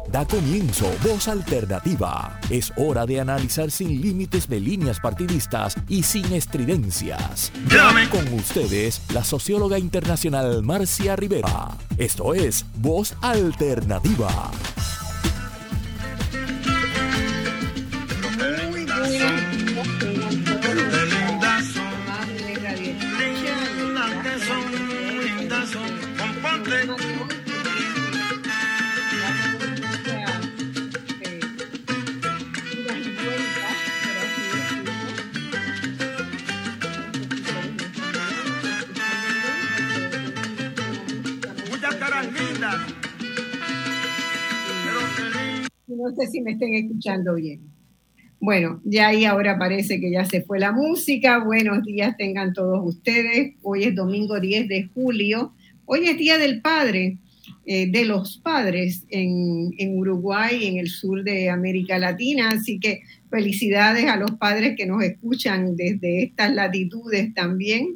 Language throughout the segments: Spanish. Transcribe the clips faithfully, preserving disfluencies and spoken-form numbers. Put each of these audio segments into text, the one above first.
Da comienzo Voz Alternativa. Es hora de analizar sin límites de líneas partidistas y sin estridencias. Llame. Con ustedes, la socióloga internacional Marcia Rivera. Esto es Voz Alternativa. Muy buenas No sé si me estén escuchando bien. Bueno, ya ahí ahora parece que ya se fue la música. Buenos días tengan todos ustedes. Hoy es domingo diez de julio. Hoy es Día del Padre, eh, de los padres en, en Uruguay, en el sur de América Latina. Así que felicidades a los padres que nos escuchan desde estas latitudes también.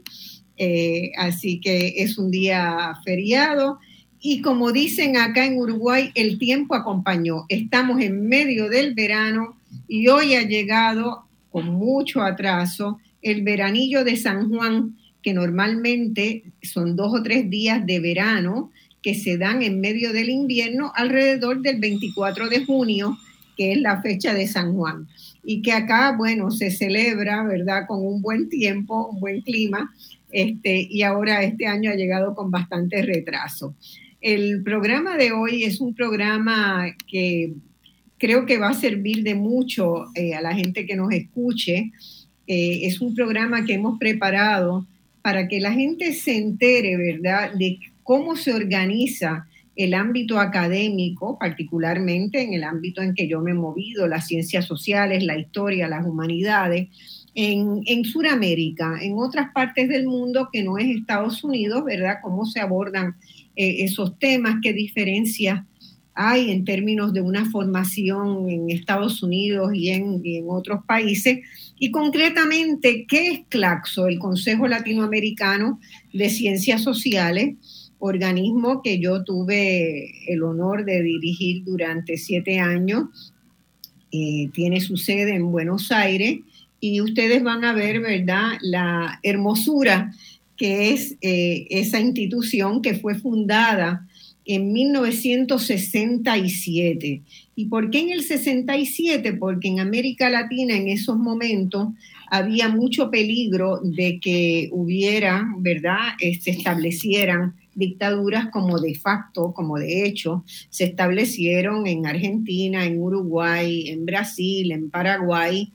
Eh, así que es un día feriado. Y como dicen acá en Uruguay, el tiempo acompañó. Estamos en medio del verano y hoy ha llegado con mucho atraso el veranillo de San Juan, que normalmente son dos o tres días de verano que se dan en medio del invierno alrededor del veinticuatro de junio, que es la fecha de San Juan. Y que acá, bueno, se celebra, ¿verdad?, con un buen tiempo, un buen clima, este, y ahora este año ha llegado con bastante retraso. El programa de hoy es un programa que creo que va a servir de mucho eh, a la gente que nos escuche. Eh, es un programa que hemos preparado para que la gente se entere, ¿verdad?, de cómo se organiza el ámbito académico, particularmente en el ámbito en que yo me he movido, las ciencias sociales, la historia, las humanidades, en, en Sudamérica, en otras partes del mundo que no es Estados Unidos, ¿verdad?, cómo se abordan eh, esos temas, qué diferencias hay en términos de una formación en Estados Unidos y en, y en otros países, y concretamente, ¿qué es CLACSO, el Consejo Latinoamericano de Ciencias Sociales, organismo que yo tuve el honor de dirigir durante siete años? Eh, tiene su sede en Buenos Aires, y ustedes van a ver, ¿verdad?, la hermosura que es eh, esa institución que fue fundada en mil novecientos sesenta y siete. ¿Y por qué en el sesenta y siete? Porque en América Latina en esos momentos había mucho peligro de que hubiera, ¿verdad?, eh, se establecieran dictaduras como de facto, como de hecho, se establecieron en Argentina, en Uruguay, en Brasil, en Paraguay,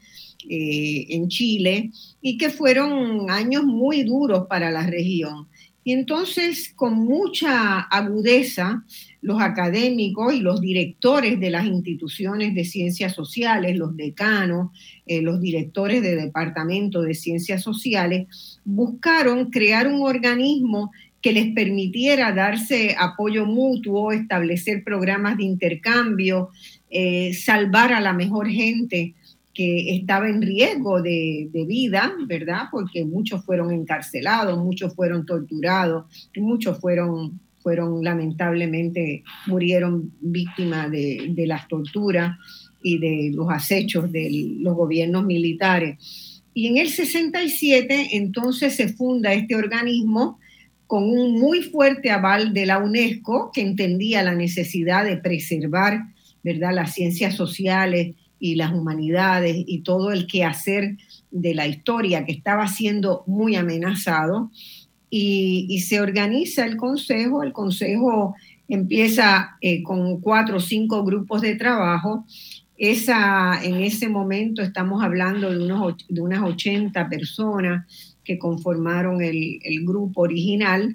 eh, en Chile, y que fueron años muy duros para la región. Y entonces, con mucha agudeza, los académicos y los directores de las instituciones de ciencias sociales, los decanos, eh, los directores de departamento de ciencias sociales, buscaron crear un organismo que les permitiera darse apoyo mutuo, establecer programas de intercambio, eh, salvar a la mejor gente que estaba en riesgo de, de vida, ¿verdad?, porque muchos fueron encarcelados, muchos fueron torturados, muchos fueron, fueron lamentablemente, murieron víctimas de, de las torturas y de los acechos de los gobiernos militares. Y en el sesenta y siete, entonces, se funda este organismo con un muy fuerte aval de la UNESCO, que entendía la necesidad de preservar, ¿verdad?, las ciencias sociales y las humanidades y todo el quehacer de la historia que estaba siendo muy amenazado, y, y se organiza el consejo. El consejo empieza eh, con cuatro o cinco grupos de trabajo. Esa, en ese momento estamos hablando de, unos, de unas ochenta personas que conformaron el, el grupo original,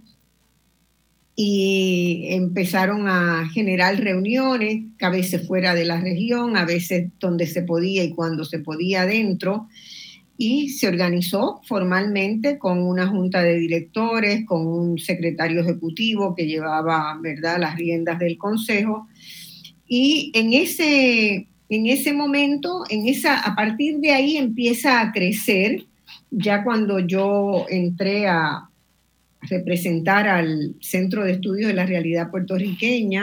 y empezaron a generar reuniones, a veces fuera de la región, a veces donde se podía y cuando se podía dentro, y se organizó formalmente con una junta de directores, con un secretario ejecutivo que llevaba, ¿verdad?, las riendas del consejo. Y en ese, en ese momento, en esa, a partir de ahí empieza a crecer. Ya cuando yo entré a representar al Centro de Estudios de la Realidad Puertorriqueña,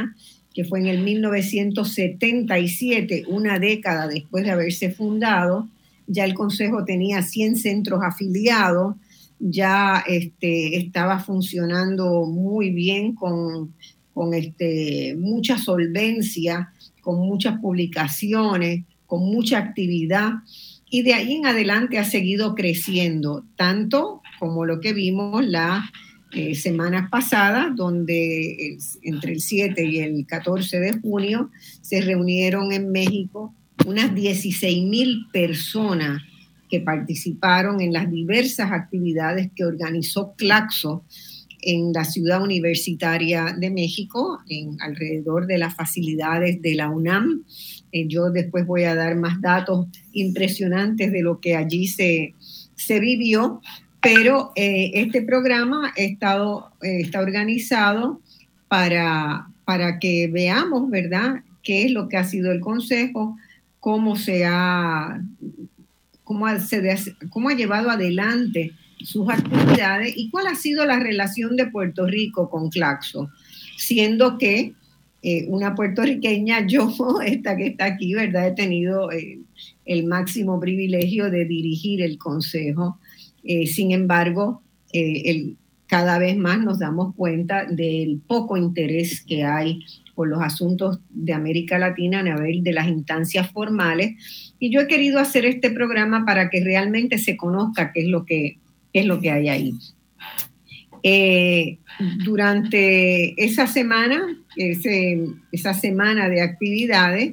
que fue en el mil novecientos setenta y siete, una década después de haberse fundado. Ya el Consejo tenía cien centros afiliados, ya este, estaba funcionando muy bien con, con este, mucha solvencia, con muchas publicaciones, con mucha actividad, y de ahí en adelante ha seguido creciendo, tanto como lo que vimos las eh, semanas pasadas, donde eh, entre el siete y el catorce de junio se reunieron en México unas dieciséis mil personas que participaron en las diversas actividades que organizó Claxo en la ciudad universitaria de México, en alrededor de las facilidades de la UNAM. Eh, yo después voy a dar más datos impresionantes de lo que allí se, se vivió, pero eh, este programa ha estado, eh, está organizado para, para que veamos, ¿verdad?, qué es lo que ha sido el Consejo, cómo se ha, cómo ha, se de, cómo ha llevado adelante sus actividades y cuál ha sido la relación de Puerto Rico con Claxo, siendo que eh, una puertorriqueña, yo, esta que está aquí, ¿verdad?, he tenido eh, el máximo privilegio de dirigir el Consejo. Eh, sin embargo, eh, el, cada vez más nos damos cuenta del poco interés que hay por los asuntos de América Latina a nivel de las instancias formales, y yo he querido hacer este programa para que realmente se conozca qué es lo que, qué es lo que hay ahí. Eh, durante esa semana, ese, esa semana de actividades,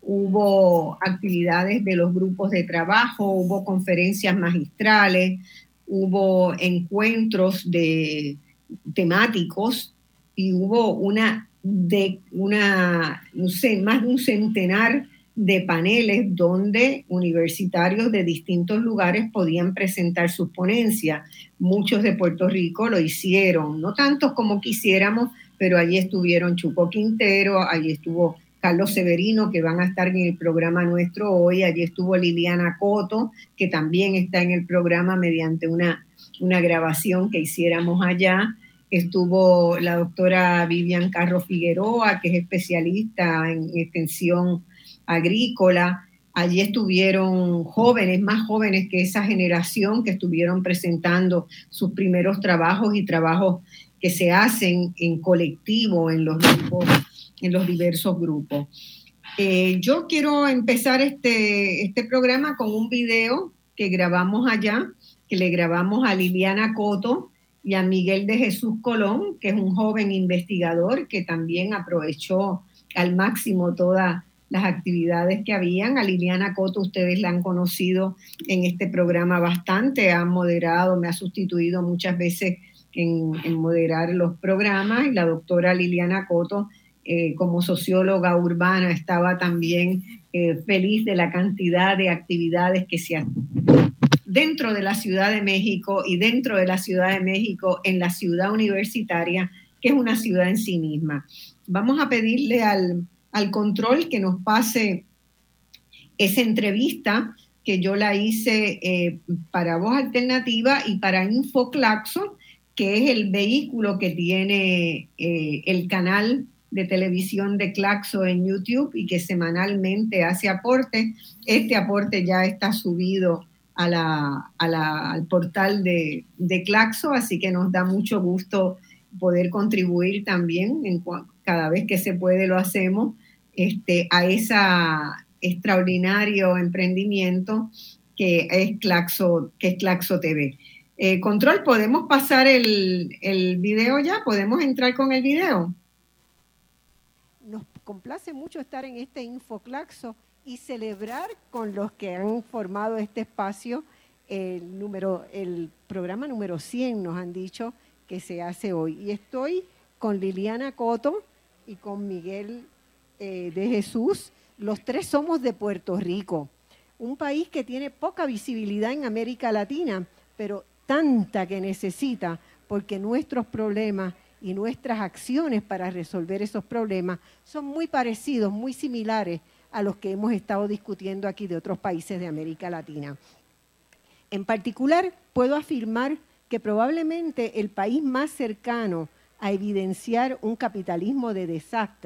hubo actividades de los grupos de trabajo, hubo conferencias magistrales, hubo encuentros de, temáticos y hubo una de una, no sé, más de un centenar de paneles donde universitarios de distintos lugares podían presentar sus ponencias. Muchos de Puerto Rico lo hicieron, no tantos como quisiéramos, pero allí estuvieron Chuco Quintero, allí estuvo Carlos Severino, que van a estar en el programa nuestro hoy, allí estuvo Liliana Coto, que también está en el programa mediante una, una grabación que hiciéramos allá. Estuvo la doctora Vivian Carro Figueroa, que es especialista en extensión agrícola. Allí estuvieron jóvenes, más jóvenes que esa generación, que estuvieron presentando sus primeros trabajos y trabajos que se hacen en colectivo en los grupos, en los diversos grupos. Eh, yo quiero empezar este, este programa con un video que grabamos allá, que le grabamos a Liliana Coto y a Miguel de Jesús Colón, que es un joven investigador que también aprovechó al máximo todas las actividades que habían. A Liliana Coto ustedes la han conocido en este programa bastante, ha moderado, me ha sustituido muchas veces en, en moderar los programas, y la doctora Liliana Coto, eh, como socióloga urbana, estaba también eh, feliz de la cantidad de actividades que se hacen dentro de la Ciudad de México y dentro de la Ciudad de México en la ciudad universitaria, que es una ciudad en sí misma. Vamos a pedirle al, al control que nos pase esa entrevista que yo la hice eh, para Voz Alternativa y para InfoClaxo, que es el vehículo que tiene eh, el canal de televisión de Claxo en YouTube y que semanalmente hace aporte. Este aporte ya está subido a la, a la, al portal de, de Claxo, así que nos da mucho gusto poder contribuir también, en, cada vez que se puede lo hacemos, este, a ese extraordinario emprendimiento que es Claxo, que es Claxo T V. Eh, Control, ¿podemos pasar el, el video ya? ¿Podemos entrar con el video? Nos complace mucho estar en este InfoClaxo y celebrar con los que han formado este espacio el, número, el programa número cien, nos han dicho que se hace hoy. Y estoy con Liliana Coto y con Miguel eh, de Jesús. Los tres somos de Puerto Rico, un país que tiene poca visibilidad en América Latina, pero tanta que necesita, porque nuestros problemas y nuestras acciones para resolver esos problemas son muy parecidos, muy similares a los que hemos estado discutiendo aquí de otros países de América Latina. En particular, puedo afirmar que probablemente el país más cercano a evidenciar un capitalismo de desastre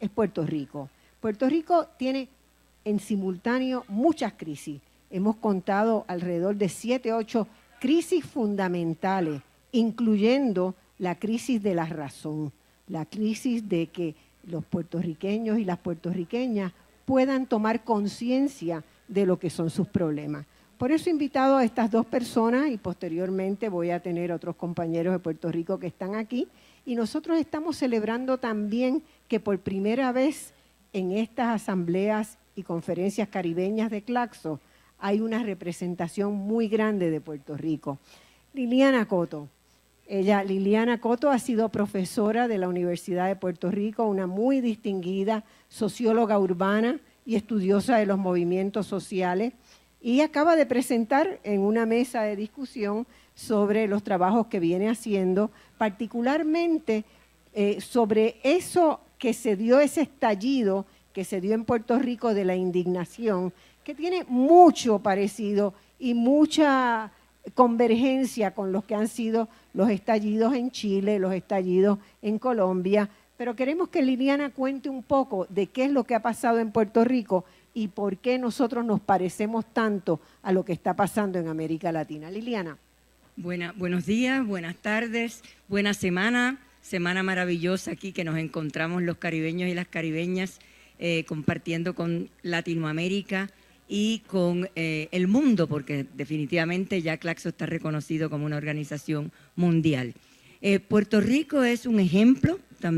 es Puerto Rico. Puerto Rico tiene en simultáneo muchas crisis. Hemos contado alrededor de siete, ocho crisis fundamentales, incluyendo la crisis de la razón, la crisis de que los puertorriqueños y las puertorriqueñas puedan tomar conciencia de lo que son sus problemas. Por eso he invitado a estas dos personas y posteriormente voy a tener otros compañeros de Puerto Rico que están aquí y nosotros estamos celebrando también que por primera vez en estas asambleas y conferencias caribeñas de Claxo hay una representación muy grande de Puerto Rico. Liliana Coto. Ella, Liliana Coto ha sido profesora de la Universidad de Puerto Rico, una muy distinguida socióloga urbana y estudiosa de los movimientos sociales y acaba de presentar en una mesa de discusión sobre los trabajos que viene haciendo, particularmente eh, sobre eso que se dio, ese estallido que se dio en Puerto Rico de la indignación, que tiene mucho parecido y mucha convergencia con los que han sido los estallidos en Chile, los estallidos en Colombia, pero queremos que Liliana cuente un poco de qué es lo que ha pasado en Puerto Rico y por qué nosotros nos parecemos tanto a lo que está pasando en América Latina. Liliana. Buena, buenos días, buenas tardes, buena semana, semana maravillosa aquí que nos encontramos los caribeños y las caribeñas eh, compartiendo con Latinoamérica y con eh, el mundo, porque definitivamente ya Claxo está reconocido como una organización mundial. Eh, Puerto Rico es un ejemplo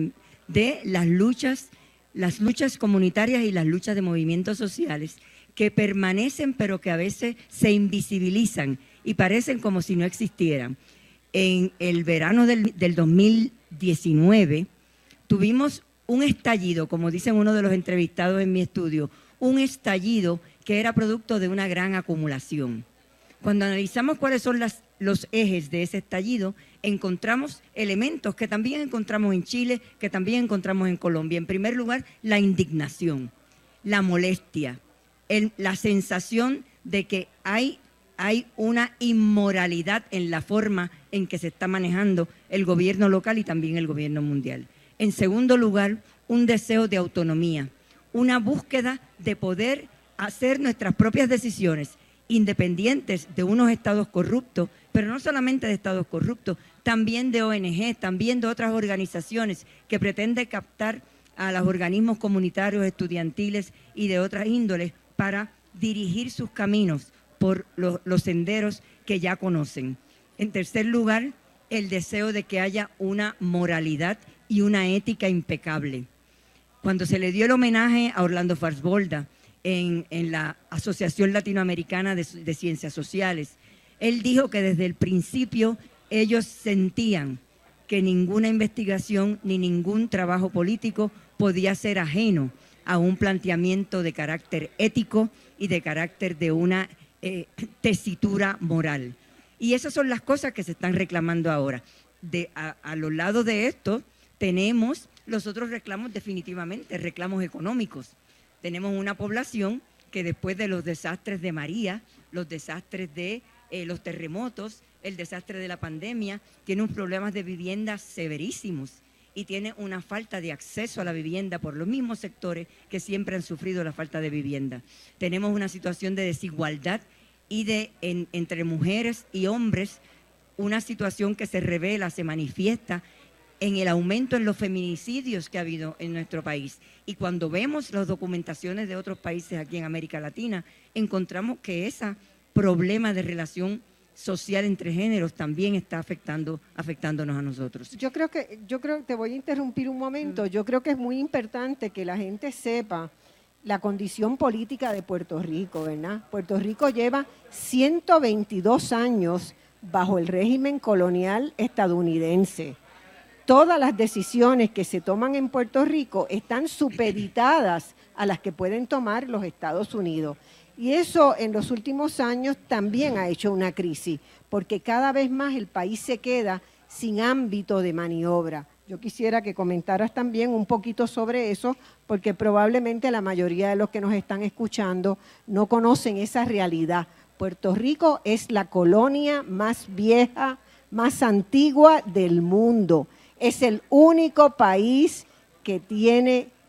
de las luchas, las luchas comunitarias y las luchas de movimientos sociales que permanecen pero que a veces se invisibilizan y parecen como si no existieran. En el verano del, del dos mil diecinueve tuvimos un estallido, como dicen uno de los entrevistados en mi estudio, un estallido que era producto de una gran acumulación. Cuando analizamos cuáles son las, los ejes de ese estallido, encontramos elementos que también encontramos en Chile, que también encontramos en Colombia. En primer lugar, la indignación, la molestia, el, la sensación de que hay, hay una inmoralidad en la forma en que se está manejando el gobierno local y también el gobierno mundial. En segundo lugar, un deseo de autonomía, una búsqueda de poder hacer nuestras propias decisiones independientes de unos estados corruptos, pero no solamente de estados corruptos, también de O N G, también de otras organizaciones que pretenden captar a los organismos comunitarios, estudiantiles y de otras índoles para dirigir sus caminos por los, los senderos que ya conocen. En tercer lugar, el deseo de que haya una moralidad y una ética impecable. Cuando se le dio el homenaje a Orlando Farsbolda en, en la Asociación Latinoamericana de, de Ciencias Sociales, él dijo que desde el principio ellos sentían que ninguna investigación ni ningún trabajo político podía ser ajeno a un planteamiento de carácter ético y de carácter de una eh, tesitura moral. Y esas son las cosas que se están reclamando ahora. De, a, a los lados de esto tenemos los otros reclamos definitivamente, reclamos económicos. Tenemos una población que después de los desastres de María, los desastres de eh, los terremotos, el desastre de la pandemia, tiene unos problemas de vivienda severísimos y tiene una falta de acceso a la vivienda por los mismos sectores que siempre han sufrido la falta de vivienda. Tenemos una situación de desigualdad y de en, entre mujeres y hombres, una situación que se revela, se manifiesta en el aumento en los feminicidios que ha habido en nuestro país. Y cuando vemos las documentaciones de otros países aquí en América Latina, encontramos que ese problema de relación social entre géneros también está afectando, afectándonos a nosotros. Yo creo que, yo creo que te voy a interrumpir un momento. Yo creo que es muy importante que la gente sepa la condición política de Puerto Rico, ¿verdad? Puerto Rico lleva ciento veintidós años bajo el régimen colonial estadounidense. Todas las decisiones que se toman en Puerto Rico están supeditadas a las que pueden tomar los Estados Unidos. Y eso en los últimos años también ha hecho una crisis, porque cada vez más el país se queda sin ámbito de maniobra. Yo quisiera que comentaras también un poquito sobre eso, porque probablemente la mayoría de los que nos están escuchando no conocen esa realidad. Puerto Rico es la colonia más vieja, más antigua del mundo. Es el único país que tiene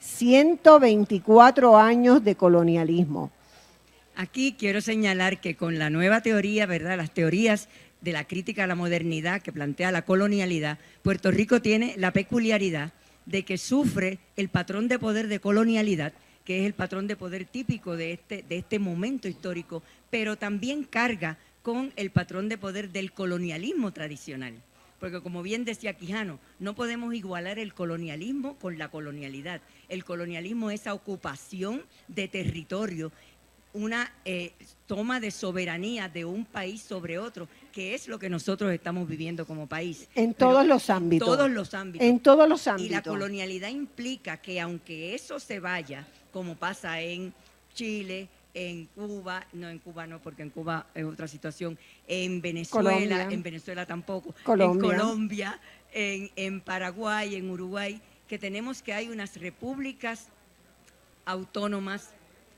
ciento veinticuatro años de colonialismo. Aquí quiero señalar que con la nueva teoría, ¿verdad?, las teorías de la crítica a la modernidad que plantea la colonialidad, Puerto Rico tiene la peculiaridad de que sufre el patrón de poder de colonialidad, que es el patrón de poder típico de este, de este momento histórico, pero también carga con el patrón de poder del colonialismo tradicional. Porque como bien decía Quijano, no podemos igualar el colonialismo con la colonialidad. El colonialismo es esa ocupación de territorio, una eh, toma de soberanía de un país sobre otro, que es lo que nosotros estamos viviendo como país. En todos Pero, los ámbitos. En todos los ámbitos. En todos los ámbitos. Y la colonialidad implica que aunque eso se vaya, como pasa en Chile, en Cuba, no en Cuba no, porque en Cuba es otra situación, en Venezuela, Colombia. en Venezuela tampoco, Colombia. en Colombia, en, en Paraguay, en Uruguay, que tenemos que hay unas repúblicas autónomas,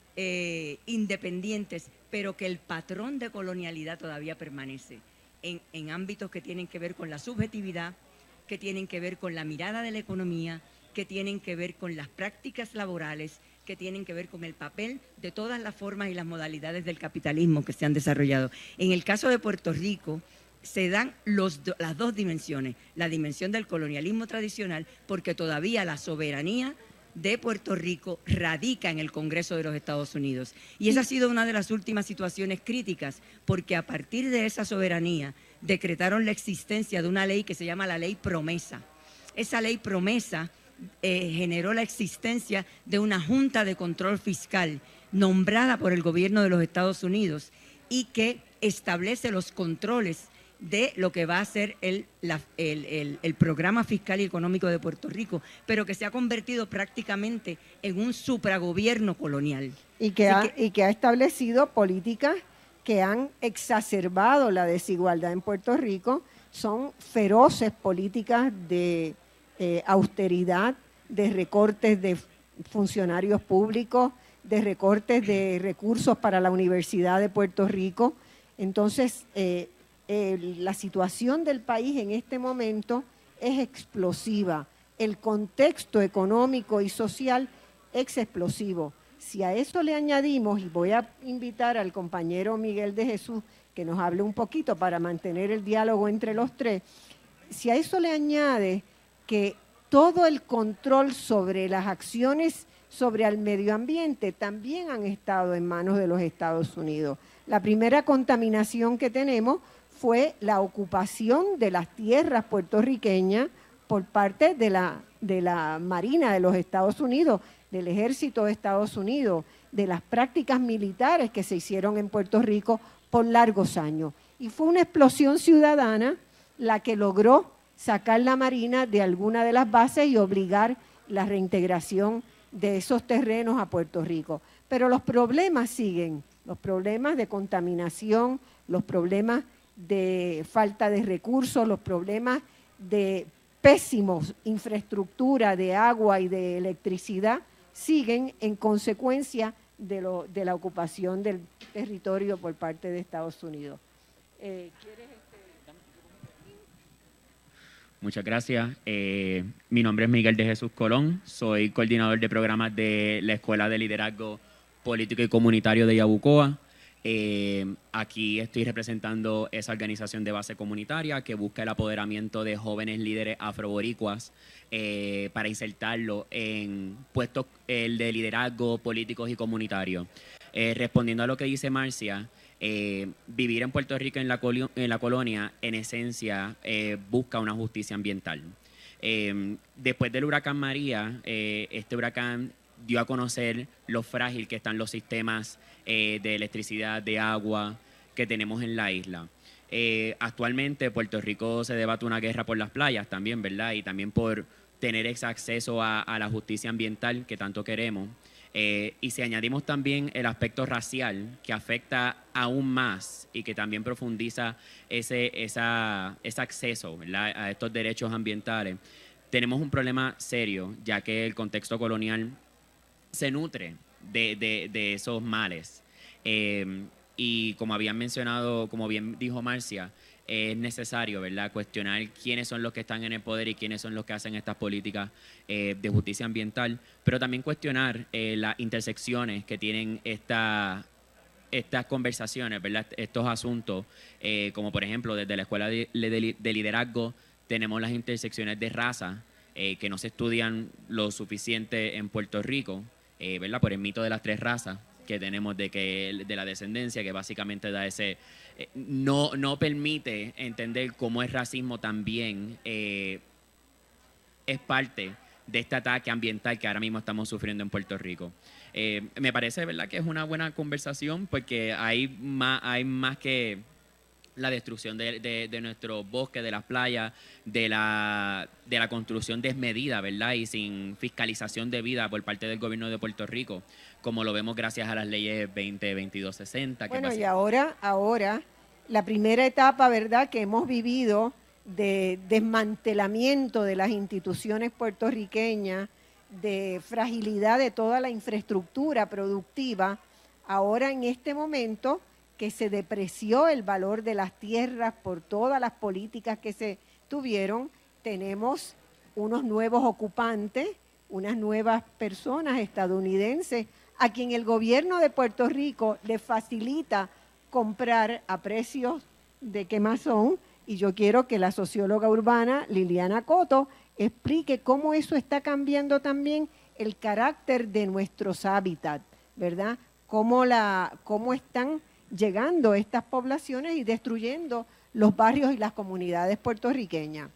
eh, independientes, pero que el patrón de colonialidad todavía permanece en, en ámbitos que tienen que ver con la subjetividad, que tienen que ver con la mirada de la economía, que tienen que ver con las prácticas laborales, que tienen que ver con el papel de todas las formas y las modalidades del capitalismo que se han desarrollado. En el caso de Puerto Rico, se dan los, las dos dimensiones, la dimensión del colonialismo tradicional, porque todavía la soberanía de Puerto Rico radica en el Congreso de los Estados Unidos. Y esa ha sido una de las últimas situaciones críticas, porque a partir de esa soberanía decretaron la existencia de una ley que se llama la Ley Promesa. Esa Ley Promesa eh, generó la existencia de una Junta de Control Fiscal nombrada por el gobierno de los Estados Unidos y que establece los controles de lo que va a ser el, la, el, el, el programa fiscal y económico de Puerto Rico, pero que se ha convertido prácticamente en un supragobierno colonial. Y que, ha, que, y que ha establecido políticas que han exacerbado la desigualdad en Puerto Rico. Son feroces políticas de eh, austeridad, de recortes de funcionarios públicos, de recortes de recursos para la Universidad de Puerto Rico. Entonces, eh, eh, la situación del país en este momento es explosiva. El contexto económico y social es explosivo. Si a eso le añadimos, y voy a invitar al compañero Miguel de Jesús que nos hable un poquito para mantener el diálogo entre los tres, si a eso le añade que todo el control sobre las acciones sobre el medio ambiente también han estado en manos de los Estados Unidos. La primera contaminación que tenemos fue la ocupación de las tierras puertorriqueñas por parte de la, de la Marina de los Estados Unidos, del Ejército de Estados Unidos, de las prácticas militares que se hicieron en Puerto Rico por largos años. Y fue una explosión ciudadana la que logró sacar la Marina de alguna de las bases y obligar la reintegración de esos terrenos a Puerto Rico. Pero los problemas siguen, los problemas de contaminación, los problemas de falta de recursos, los problemas de pésimos infraestructura de agua y de electricidad siguen en consecuencia de, lo, de la ocupación del territorio por parte de Estados Unidos. Eh, ¿quieres este? Muchas gracias. Eh, mi nombre es Miguel de Jesús Colón, soy coordinador de programas de la Escuela de Liderazgo Político y Comunitario de Yabucoa. Eh, aquí estoy representando esa organización de base comunitaria que busca el apoderamiento de jóvenes líderes afroboricuas eh, para insertarlo en puestos eh, de liderazgo políticos y comunitarios. Eh, respondiendo a lo que dice Marcia, eh, vivir en Puerto Rico en la, en la colonia, en esencia, eh, busca una justicia ambiental. Eh, después del huracán María, eh, este huracán dio a conocer lo frágil que están los sistemas eh, de electricidad, de agua que tenemos en la isla. Eh, actualmente Puerto Rico se debate una guerra por las playas también, ¿verdad? Y también por tener ese acceso a, a la justicia ambiental que tanto queremos. Eh, y si añadimos también el aspecto racial que afecta aún más y que también profundiza ese, esa, ese acceso, ¿verdad?, a estos derechos ambientales, tenemos un problema serio, ya que el contexto colonial se nutre de, de, de esos males. Eh, y como habían mencionado, como bien dijo Marcia, es necesario, ¿verdad?, cuestionar quiénes son los que están en el poder y quiénes son los que hacen estas políticas eh, de justicia ambiental, pero también cuestionar eh, las intersecciones que tienen esta, estas conversaciones, ¿verdad?, estos asuntos, eh, como por ejemplo desde la Escuela de, de, de Liderazgo tenemos las intersecciones de raza eh, que no se estudian lo suficiente en Puerto Rico, eh, ¿verdad?, por el mito de las tres razas que tenemos de que de la descendencia, que básicamente da ese eh, no no permite entender cómo el racismo también eh, es parte de este ataque ambiental que ahora mismo estamos sufriendo en Puerto Rico. Eh, me parece, ¿verdad?, que es una buena conversación porque hay más hay más que la destrucción de, de, de nuestros bosques, de las playas, de la, de la construcción desmedida, ¿verdad?, y sin fiscalización debida por parte del gobierno de Puerto Rico, como lo vemos gracias a las leyes veinte, veintidós, sesenta. Bueno, y ahora, ahora, la primera etapa, ¿verdad?, que hemos vivido de desmantelamiento de las instituciones puertorriqueñas, de fragilidad de toda la infraestructura productiva, ahora en este momento que se depreció el valor de las tierras por todas las políticas que se tuvieron, tenemos unos nuevos ocupantes, unas nuevas personas estadounidenses a quien el gobierno de Puerto Rico le facilita comprar a precios de quemazón, y yo quiero que la socióloga urbana Liliana Coto explique cómo eso está cambiando también el carácter de nuestros hábitats, ¿verdad? Cómo, la, cómo están llegando estas poblaciones y destruyendo los barrios y las comunidades puertorriqueñas.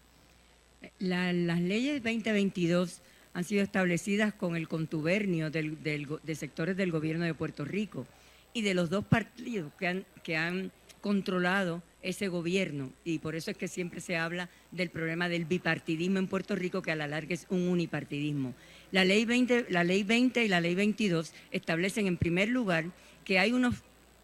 La, las leyes veinte veintidós han sido establecidas con el contubernio del, del, de sectores del gobierno de Puerto Rico y de los dos partidos que han, que han controlado ese gobierno, y por eso es que siempre se habla del problema del bipartidismo en Puerto Rico, que a la larga es un unipartidismo. La ley veinte, la ley veinte y la ley veintidós establecen en primer lugar que hay unos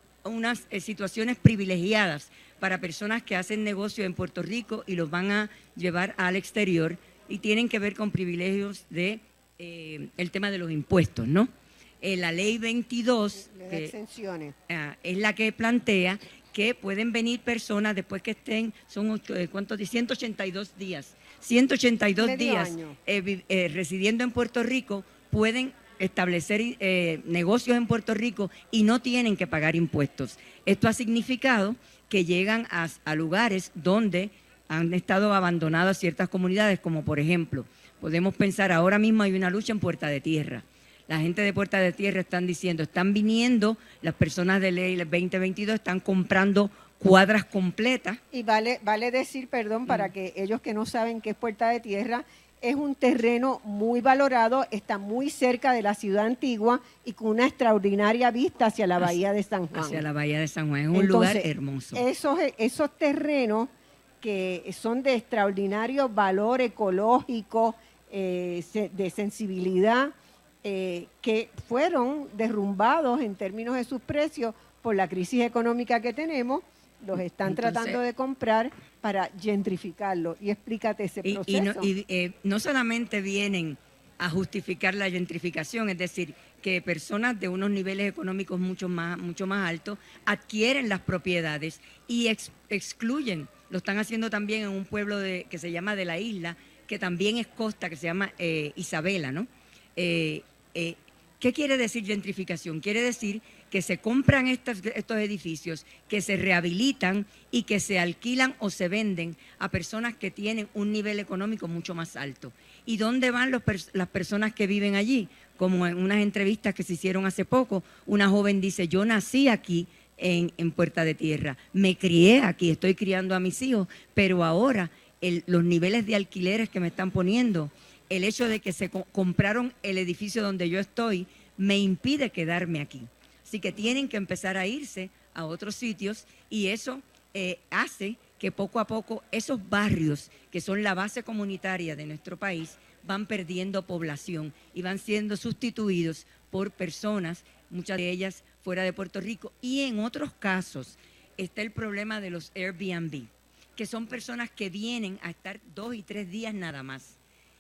unas eh, situaciones privilegiadas para personas que hacen negocio en Puerto Rico y los van a llevar al exterior, y tienen que ver con privilegios de eh, el tema de los impuestos, ¿no? Eh, la ley veintidós que, exenciones. Eh, es la que plantea que pueden venir personas después que estén, son ocho, eh, ¿cuántos? ciento ochenta y dos días, ciento ochenta y dos Medio días eh, eh, residiendo en Puerto Rico, pueden establecer eh, negocios en Puerto Rico y no tienen que pagar impuestos. Esto ha significado que llegan a, a lugares donde han estado abandonadas ciertas comunidades, como por ejemplo, podemos pensar, ahora mismo hay una lucha en Puerta de Tierra. La gente de Puerta de Tierra están diciendo, están viniendo, las personas de ley veinte veintidós están comprando cuadras completas. Y vale, vale decir, perdón, mm. para que ellos que no saben qué es Puerta de Tierra, es un terreno muy valorado, está muy cerca de la ciudad antigua y con una extraordinaria vista hacia la bahía de San Juan. Hacia la bahía de San Juan, es un Entonces, lugar hermoso. Esos, esos terrenos que son de extraordinario valor ecológico, eh, de sensibilidad, eh, que fueron derrumbados en términos de sus precios por la crisis económica que tenemos, los están Entonces, tratando de comprar para gentrificarlo. Y explícate ese y, proceso. Y, no, y eh, no solamente vienen a justificar la gentrificación, es decir, que personas de unos niveles económicos mucho más, mucho más altos adquieren las propiedades y ex, excluyen, lo están haciendo también en un pueblo de, que se llama de la isla, que también es costa, que se llama eh, Isabela, ¿no? Eh, eh, ¿Qué quiere decir gentrificación? Quiere decir que se compran estos, estos edificios, que se rehabilitan y que se alquilan o se venden a personas que tienen un nivel económico mucho más alto. ¿Y dónde van los, las personas que viven allí? Como en unas entrevistas que se hicieron hace poco, una joven dice, yo nací aquí en, en Puerta de Tierra, me crié aquí, estoy criando a mis hijos, pero ahora el, los niveles de alquileres que me están poniendo, el hecho de que se co compraron el edificio donde yo estoy, me impide quedarme aquí. Así que tienen que empezar a irse a otros sitios, y eso eh, hace que poco a poco esos barrios que son la base comunitaria de nuestro país van perdiendo población y van siendo sustituidos por personas, muchas de ellas fuera de Puerto Rico. Y en otros casos está el problema de los Airbnb, que son personas que vienen a estar dos y tres días nada más.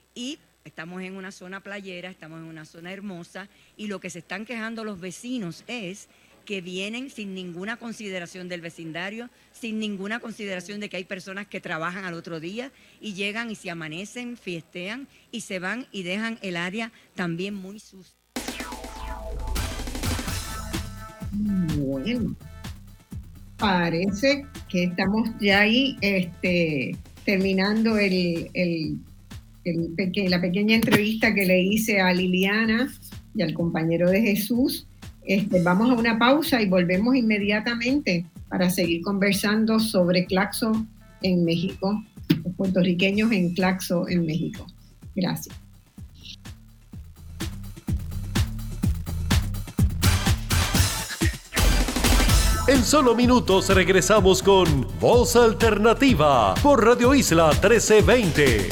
Y estamos en una zona playera, estamos en una zona hermosa, y lo que se están quejando los vecinos es que vienen sin ninguna consideración del vecindario, sin ninguna consideración de que hay personas que trabajan al otro día y llegan y se amanecen, fiestean y se van y dejan el área también muy sucia. Bueno, parece que estamos ya ahí este, terminando el, el, el peque, la pequeña entrevista que le hice a Liliana y al compañero de Jesús. Este, vamos a una pausa y volvemos inmediatamente para seguir conversando sobre Claxo en México, los puertorriqueños en Claxo en México. Gracias. En solo minutos regresamos con Voz Alternativa por Radio Isla trece veinte.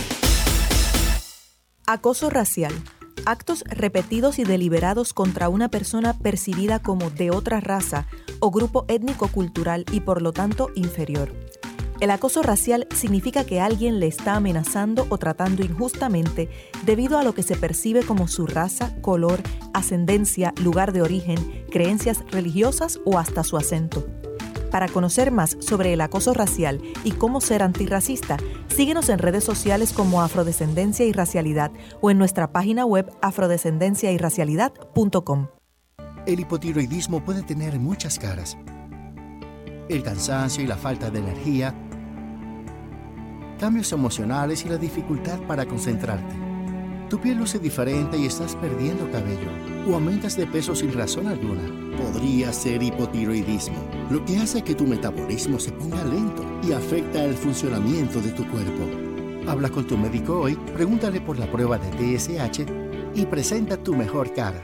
Acoso racial. Actos repetidos y deliberados contra una persona percibida como de otra raza o grupo étnico-cultural y por lo tanto inferior. El acoso racial significa que alguien le está amenazando o tratando injustamente debido a lo que se percibe como su raza, color, ascendencia, lugar de origen, creencias religiosas o hasta su acento. Para conocer más sobre el acoso racial y cómo ser antirracista, síguenos en redes sociales como Afrodescendencia y Racialidad o en nuestra página web afrodescendencia y racialidad punto com. El hipotiroidismo puede tener muchas caras. El cansancio y la falta de energía, cambios emocionales y la dificultad para concentrarte. Tu piel luce diferente y estás perdiendo cabello o aumentas de peso sin razón alguna. Podría ser hipotiroidismo, lo que hace que tu metabolismo se ponga lento y afecta el funcionamiento de tu cuerpo. Habla con tu médico hoy, pregúntale por la prueba de T S H y presenta tu mejor cara.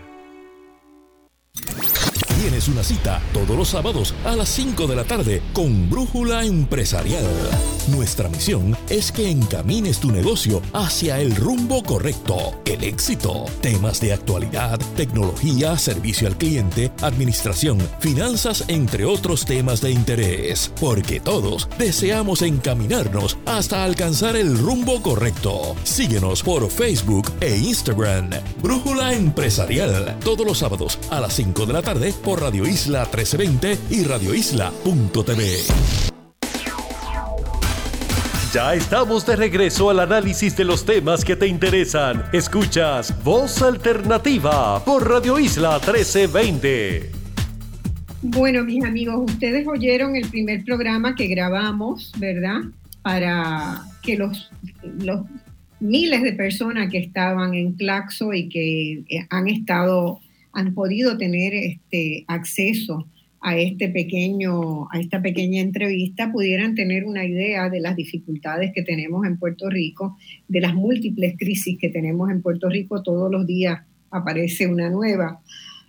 Tienes una cita todos los sábados a las cinco de la tarde con Brújula Empresarial. Nuestra misión es que encamines tu negocio hacia el rumbo correcto, el éxito. Temas de actualidad, tecnología, servicio al cliente, administración, finanzas, entre otros temas de interés. Porque todos deseamos encaminarnos hasta alcanzar el rumbo correcto. Síguenos por Facebook e Instagram. Brújula Empresarial. Todos los sábados a las cinco de la tarde por Radio Isla trece veinte y radio isla punto t v. Ya estamos de regreso al análisis de los temas que te interesan. Escuchas Voz Alternativa por Radio Isla trece veinte. Bueno, mis amigos, ustedes oyeron el primer programa que grabamos, ¿verdad? Para que los, los miles de personas que estaban en Claxo y que han estado, han podido tener este acceso a este pequeño, a esta pequeña entrevista, pudieran tener una idea de las dificultades que tenemos en Puerto Rico, de las múltiples crisis que tenemos en Puerto Rico. Todos los días aparece una nueva.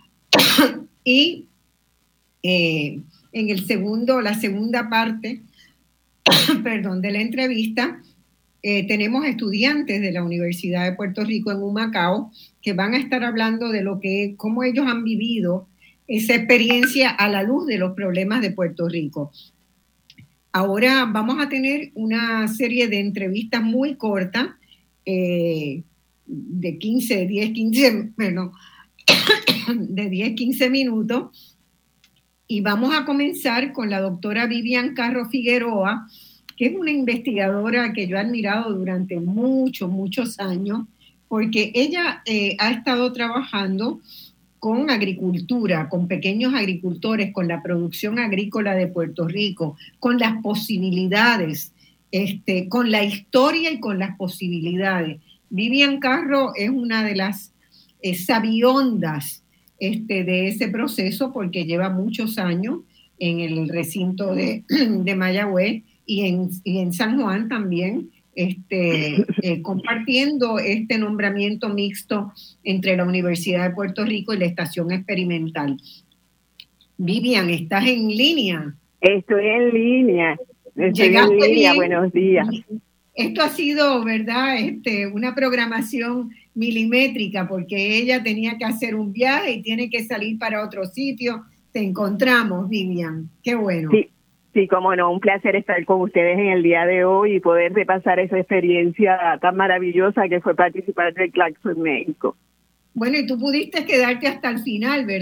Y eh, en el segundo, la segunda parte, perdón, de la entrevista, eh, tenemos estudiantes de la Universidad de Puerto Rico en Humacao que van a estar hablando de lo que, cómo ellos han vivido esa experiencia a la luz de los problemas de Puerto Rico. Ahora vamos a tener una serie de entrevistas muy cortas, eh, de quince, diez, quince, bueno, de diez, quince minutos, y vamos a comenzar con la doctora Vivian Carro Figueroa, que es una investigadora que yo he admirado durante muchos, muchos años, porque ella eh, ha estado trabajando con agricultura, con pequeños agricultores, con la producción agrícola de Puerto Rico, con las posibilidades, este, con la historia y con las posibilidades. Vivian Carro es una de las eh, sabiondas este, de ese proceso, porque lleva muchos años en el recinto de, de Mayagüez y en, y en San Juan también, Este, eh, compartiendo este nombramiento mixto entre la Universidad de Puerto Rico y la Estación Experimental. Vivian, ¿estás en línea? Estoy en línea. Estoy en línea. Bien. Buenos días. Esto ha sido, ¿verdad? Este, una programación milimétrica, porque ella tenía que hacer un viaje y tiene que salir para otro sitio. Te encontramos, Vivian. Qué bueno. Sí. Sí, cómo no, un placer estar con ustedes en el día de hoy y poder repasar esa experiencia tan maravillosa que fue participar del Claxo en México. Bueno, y tú pudiste quedarte hasta el final, ¿verdad?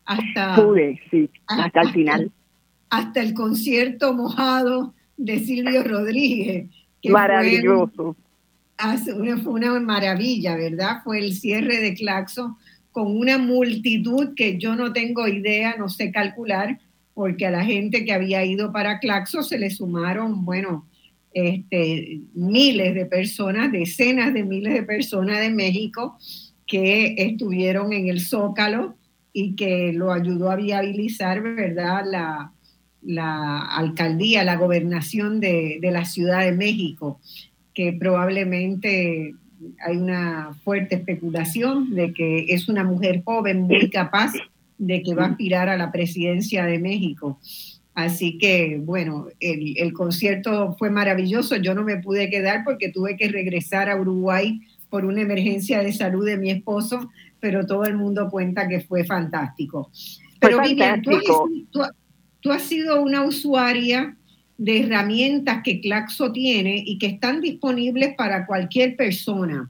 hasta... Pude, sí, hasta, hasta el final. Hasta el concierto mojado de Silvio Rodríguez. Que Maravilloso. Fue una, fue una maravilla, ¿verdad? Fue el cierre de Claxo con una multitud que yo no tengo idea, no sé calcular, porque a la gente que había ido para Claxo se le sumaron, bueno, este, miles de personas, decenas de miles de personas de México que estuvieron en el Zócalo y que lo ayudó a viabilizar, ¿verdad?, la, la alcaldía, la gobernación de, de la Ciudad de México, que probablemente hay una fuerte especulación de que es una mujer joven muy capaz de que va a aspirar a la presidencia de México. Así que, bueno, el, el concierto fue maravilloso. Yo no me pude quedar porque tuve que regresar a Uruguay por una emergencia de salud de mi esposo, pero todo el mundo cuenta que fue fantástico. Pero fue Vivian, fantástico. Tú, tú, tú has sido una usuaria de herramientas que Claxo tiene y que están disponibles para cualquier persona.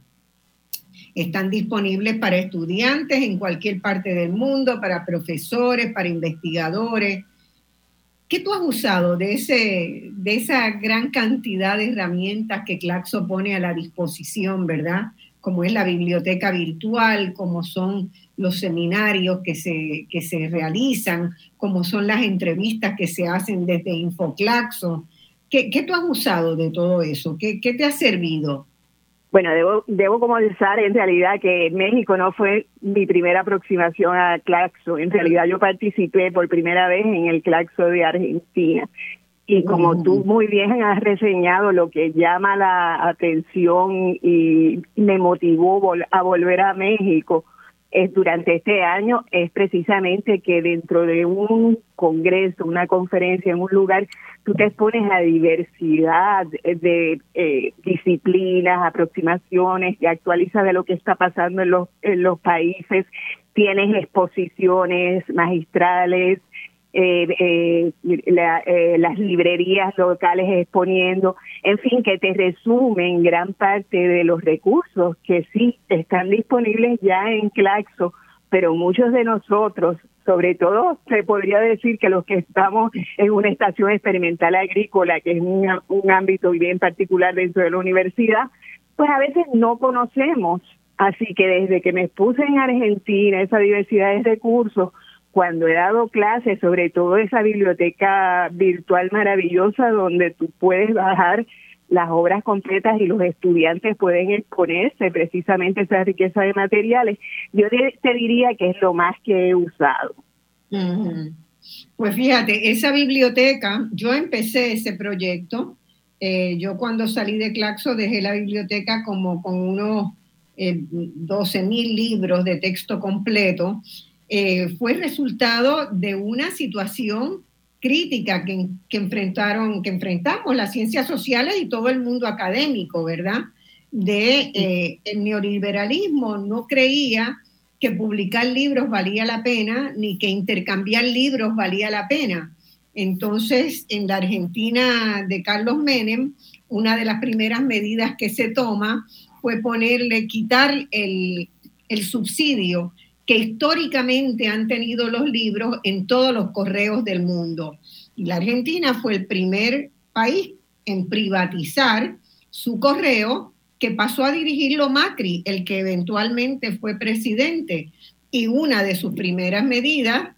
Están disponibles para estudiantes en cualquier parte del mundo, para profesores, para investigadores. ¿Qué tú has usado de, ese, de esa gran cantidad de herramientas que Claxo pone a la disposición, verdad? Como es la biblioteca virtual, como son los seminarios que se, que se realizan, como son las entrevistas que se hacen desde InfoClaxo. ¿Qué, qué tú has usado de todo eso? ¿Qué, qué te ha servido? Bueno, debo, debo comenzar en realidad que México no fue mi primera aproximación a Claxo. En realidad yo participé por primera vez en el Claxo de Argentina. Y como uh-huh. tú muy bien has reseñado, lo que llama la atención y me motivó vol- a volver a México es durante este año es precisamente que dentro de un congreso, una conferencia en un lugar, tú te expones a diversidad de eh, disciplinas, aproximaciones, te actualizas de lo que está pasando en los, en los países, tienes exposiciones magistrales, Eh, eh, la, eh, las librerías locales exponiendo, en fin, que te resumen gran parte de los recursos que sí están disponibles ya en Claxo, pero muchos de nosotros, sobre todo se podría decir que los que estamos en una estación experimental agrícola, que es un, un ámbito bien particular dentro de la universidad, pues a veces no conocemos. Así que desde que me expuse en Argentina, esa diversidad de recursos, cuando he dado clases, sobre todo esa biblioteca virtual maravillosa donde tú puedes bajar las obras completas y los estudiantes pueden exponerse precisamente esa riqueza de materiales, yo te, te diría que es lo más que he usado. Uh-huh. Pues fíjate, esa biblioteca, yo empecé ese proyecto, eh, yo cuando salí de Claxo dejé la biblioteca como con unos eh, doce mil libros de texto completo. Eh, fue resultado de una situación crítica que, que enfrentaron, que enfrentamos las ciencias sociales y todo el mundo académico, ¿verdad? De eh, el neoliberalismo no creía que publicar libros valía la pena, ni que intercambiar libros valía la pena. Entonces, en la Argentina de Carlos Menem, una de las primeras medidas que se toma fue ponerle, quitar el, el subsidio que históricamente han tenido los libros en todos los correos del mundo. Y la Argentina fue el primer país en privatizar su correo, que pasó a dirigirlo Macri, el que eventualmente fue presidente. Y una de sus primeras medidas,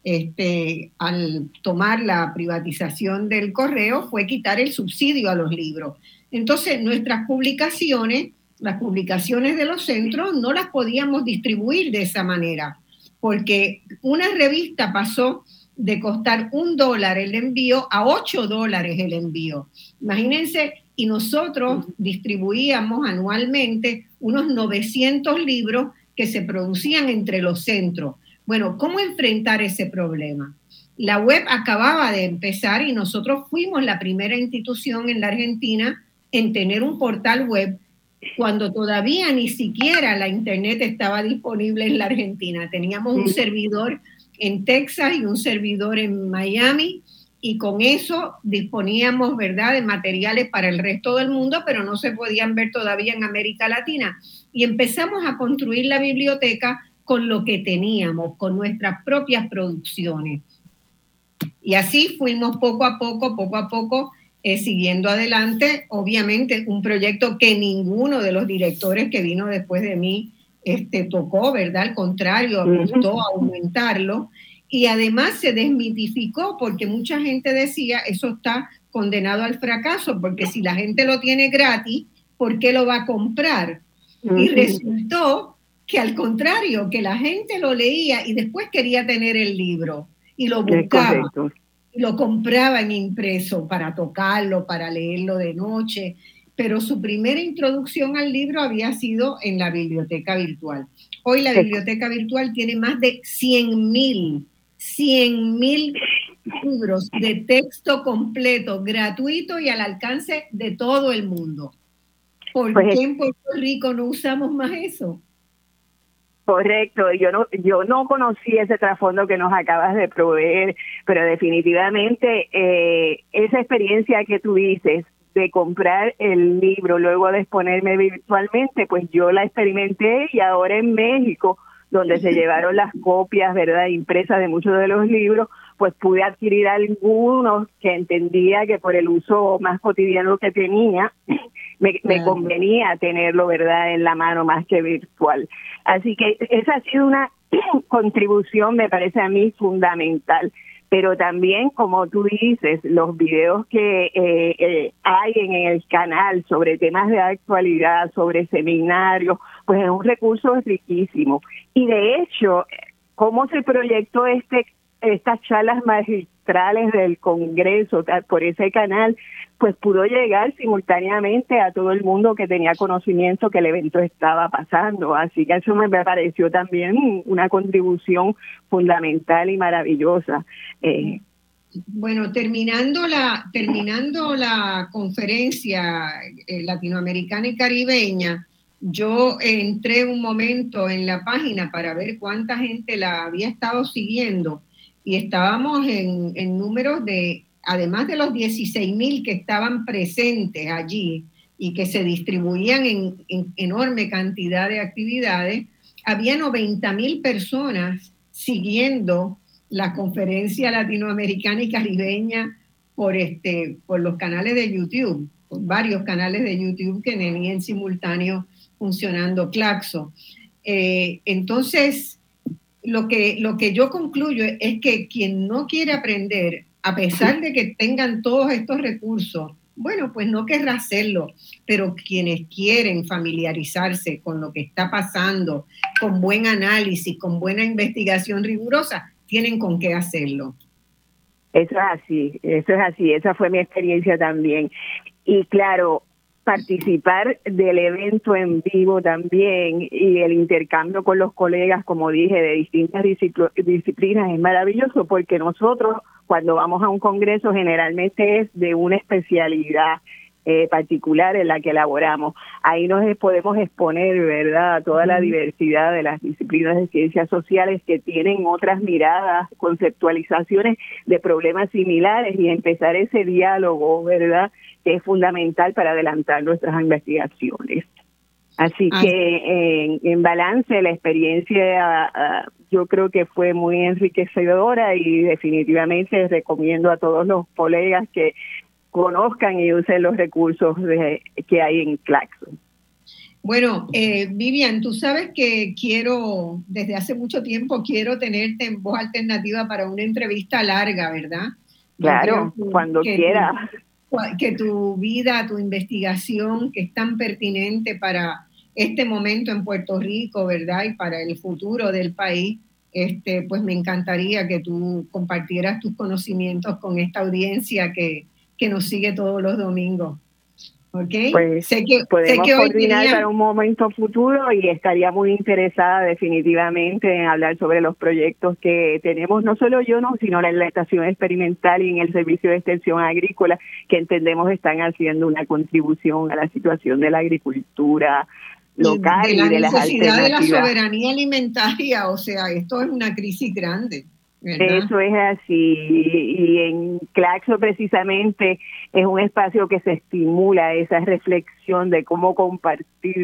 este, al tomar la privatización del correo, fue quitar el subsidio a los libros. Entonces, nuestras publicaciones... las publicaciones de los centros no las podíamos distribuir de esa manera, porque una revista pasó de costar un dólar el envío a ocho dólares el envío. Imagínense, y nosotros distribuíamos anualmente unos novecientos libros que se producían entre los centros. Bueno, ¿cómo enfrentar ese problema? La web acababa de empezar y nosotros fuimos la primera institución en la Argentina en tener un portal web cuando todavía ni siquiera la internet estaba disponible en la Argentina. Teníamos un servidor en Texas y un servidor en Miami, y con eso disponíamos, ¿verdad?, de materiales para el resto del mundo, pero no se podían ver todavía en América Latina. Y empezamos a construir la biblioteca con lo que teníamos, con nuestras propias producciones. Y así fuimos poco a poco, poco a poco, eh, siguiendo adelante. Obviamente un proyecto que ninguno de los directores que vino después de mí este, tocó, ¿verdad? Al contrario, me gustó aumentarlo. Y además se desmitificó porque mucha gente decía, eso está condenado al fracaso, porque si la gente lo tiene gratis, ¿por qué lo va a comprar? Uh-huh. Y resultó que al contrario, que la gente lo leía y después quería tener el libro y lo buscaba, y lo compraba en impreso para tocarlo, para leerlo de noche, pero su primera introducción al libro había sido en la biblioteca virtual. Hoy la biblioteca virtual tiene más de cien mil libros de texto completo, gratuito y al alcance de todo el mundo. ¿Por pues, qué en Puerto Rico no usamos más eso? Correcto, yo no yo no conocí ese trasfondo que nos acabas de proveer, pero definitivamente eh, esa experiencia que tú dices de comprar el libro luego de exponerme virtualmente, pues yo la experimenté y ahora en México, donde se llevaron las copias, ¿verdad?, impresas de muchos de los libros, pues pude adquirir algunos que entendía que por el uso más cotidiano que tenía, me, me convenía tenerlo, ¿verdad?, en la mano más que virtual. Así que esa ha sido una contribución, me parece a mí, fundamental. Pero también, como tú dices, los videos que eh, eh, hay en el canal sobre temas de actualidad, sobre seminarios, pues es un recurso riquísimo. Y de hecho, cómo se proyectó este estas charlas magistrales del Congreso por ese canal, pues pudo llegar simultáneamente a todo el mundo que tenía conocimiento que el evento estaba pasando. Así que eso me pareció también una contribución fundamental y maravillosa. Eh, bueno, terminando la, terminando la conferencia eh, latinoamericana y caribeña, yo entré un momento en la página para ver cuánta gente la había estado siguiendo y estábamos en, en números de, además de los dieciséis mil que estaban presentes allí y que se distribuían en, en enorme cantidad de actividades, había noventa mil personas siguiendo la conferencia latinoamericana y caribeña por, este, por los canales de YouTube, por varios canales de YouTube que tenían en simultáneo funcionando Claxo. Eh, entonces, lo que, lo que yo concluyo es que quien no quiere aprender, a pesar de que tengan todos estos recursos, bueno, pues no querrá hacerlo, pero quienes quieren familiarizarse con lo que está pasando, con buen análisis, con buena investigación rigurosa, tienen con qué hacerlo. Eso es así, eso es así, esa fue mi experiencia también. Y claro, participar del evento en vivo también y el intercambio con los colegas, como dije, de distintas disciplinas es maravilloso, porque nosotros cuando vamos a un congreso generalmente es de una especialidad eh, particular en la que elaboramos. Ahí nos podemos exponer, ¿verdad?, a toda la diversidad de las disciplinas de ciencias sociales que tienen otras miradas, conceptualizaciones de problemas similares y empezar ese diálogo, ¿verdad?, que es fundamental para adelantar nuestras investigaciones. Así ah. que en, en balance la experiencia uh, yo creo que fue muy enriquecedora y definitivamente recomiendo a todos los colegas que conozcan y usen los recursos de, que hay en Claxo. Bueno, eh, Vivian, tú sabes que quiero, desde hace mucho tiempo, quiero tenerte en Voz Alternativa para una entrevista larga, ¿verdad? Claro, que, cuando que quiera. Tu, que tu vida, tu investigación, que es tan pertinente para este momento en Puerto Rico, ¿verdad? Y para el futuro del país, este, pues me encantaría que tú compartieras tus conocimientos con esta audiencia que que nos sigue todos los domingos. ¿Okay? Pues sé que, podemos sé que coordinar tenía... para un momento futuro y estaría muy interesada definitivamente en hablar sobre los proyectos que tenemos, no solo yo, no, sino en la estación experimental y en el servicio de extensión agrícola, que entendemos están haciendo una contribución a la situación de la agricultura local y de, la y de las necesidad alternativas. De la soberanía alimentaria, o sea, esto es una crisis grande. ¿verdad? Eso es así, y en Claxo precisamente es un espacio que se estimula esa reflexión de cómo compartir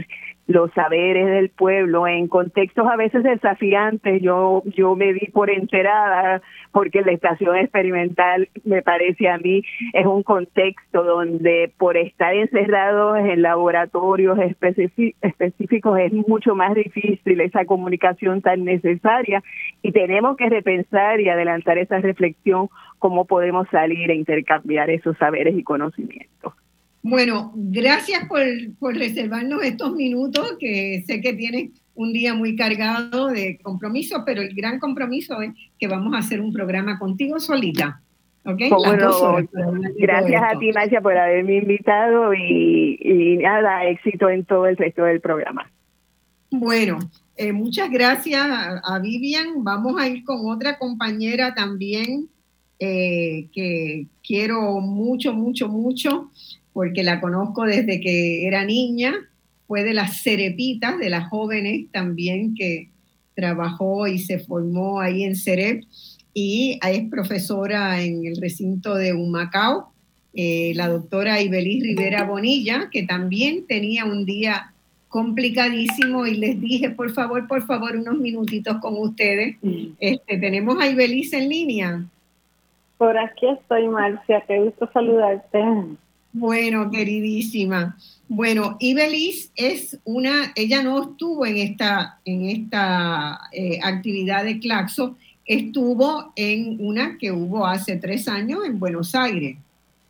los saberes del pueblo en contextos a veces desafiantes. Yo yo me di por enterada porque la estación experimental, me parece a mí, es un contexto donde por estar encerrados en laboratorios específicos es mucho más difícil esa comunicación tan necesaria, y tenemos que repensar y adelantar esa reflexión, cómo podemos salir e intercambiar esos saberes y conocimientos. Bueno, gracias por, por reservarnos estos minutos, que sé que tienes un día muy cargado de compromisos, pero el gran compromiso es que vamos a hacer un programa contigo solita. ¿Okay? Pues Las bueno, dos horas, gracias a ti, Marcia, por haberme invitado, y, y nada, éxito en todo el resto del programa. Bueno, eh, muchas gracias a, a Vivian. Vamos a ir con otra compañera también eh, que quiero mucho, mucho, mucho, porque la conozco desde que era niña. Fue de las Cerepitas, de las jóvenes también, que trabajó y se formó ahí en Cerep, y es profesora en el recinto de Humacao, eh, la doctora Ibeliz Rivera Bonilla, que también tenía un día complicadísimo, y les dije, por favor, por favor, unos minutitos con ustedes. Este, tenemos a Ibeliz en línea. Por aquí estoy, Marcia, qué gusto saludarte. Bueno, queridísima. Bueno, Ibeliz es una, ella no estuvo en esta, en esta eh, actividad de Claxo, estuvo en una que hubo hace tres años en Buenos Aires.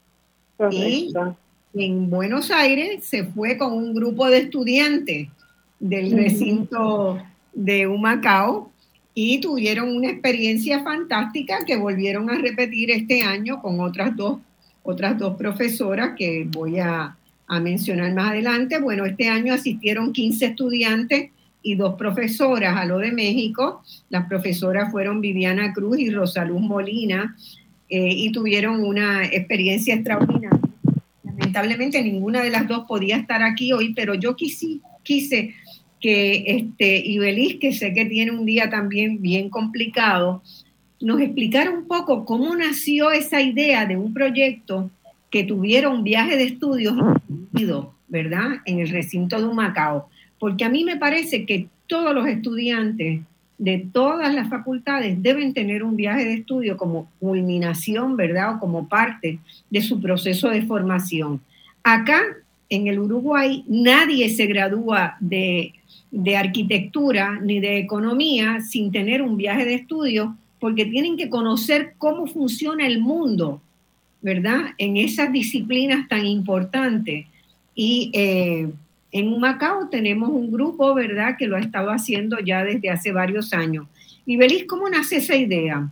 Correcto. Y en Buenos Aires se fue con un grupo de estudiantes del recinto de Humacao, y tuvieron una experiencia fantástica que volvieron a repetir este año con otras dos otras dos profesoras que voy a, a mencionar más adelante. Bueno, este año asistieron quince estudiantes y dos profesoras a lo de México. Las profesoras fueron Viviana Cruz y Rosaluz Molina, eh, y tuvieron una experiencia extraordinaria. Lamentablemente ninguna de las dos podía estar aquí hoy, pero yo quise, quise que este, Ibeliz, que sé que tiene un día también bien complicado, nos explicara un poco cómo nació esa idea de un proyecto que tuviera un viaje de estudios, ¿verdad?, en el recinto de Humacao. Porque a mí me parece que todos los estudiantes de todas las facultades deben tener un viaje de estudio como culminación, ¿verdad?, o como parte de su proceso de formación. Acá, en el Uruguay, nadie se gradúa de, de arquitectura ni de economía sin tener un viaje de estudio, porque tienen que conocer cómo funciona el mundo, ¿verdad?, en esas disciplinas tan importantes. Y eh, en Humacao tenemos un grupo, ¿verdad?, que lo ha estado haciendo ya desde hace varios años. Ibeliz, ¿cómo nace esa idea?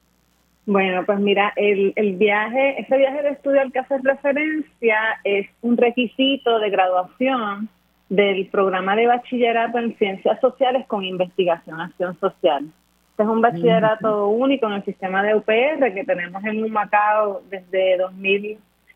Bueno, pues mira, el, el viaje, ese viaje de estudio al que haces referencia es un requisito de graduación del programa de bachillerato en Ciencias Sociales con Investigación Acción Social. Este es un bachillerato uh-huh. único en el sistema de U P R que tenemos en Humacao desde dos mil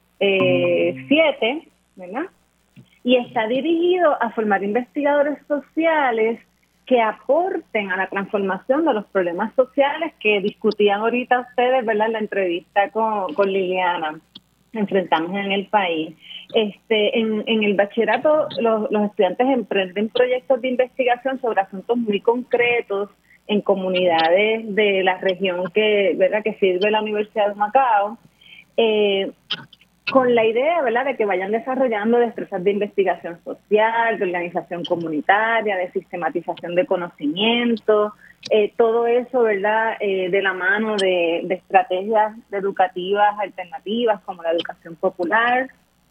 siete, ¿verdad? Y está dirigido a formar investigadores sociales que aporten a la transformación de los problemas sociales que discutían ahorita ustedes, ¿verdad?, en la entrevista con, con Liliana, enfrentamos en el país. Este, en, en el bachillerato los, los estudiantes emprenden proyectos de investigación sobre asuntos muy concretos en comunidades de la región que, ¿verdad?, que sirve la Universidad de Humacao, eh, con la idea, ¿verdad?, de que vayan desarrollando destrezas de investigación social, de organización comunitaria, de sistematización de conocimiento, eh, todo eso, ¿verdad?, eh, de la mano de, de estrategias educativas alternativas como la educación popular.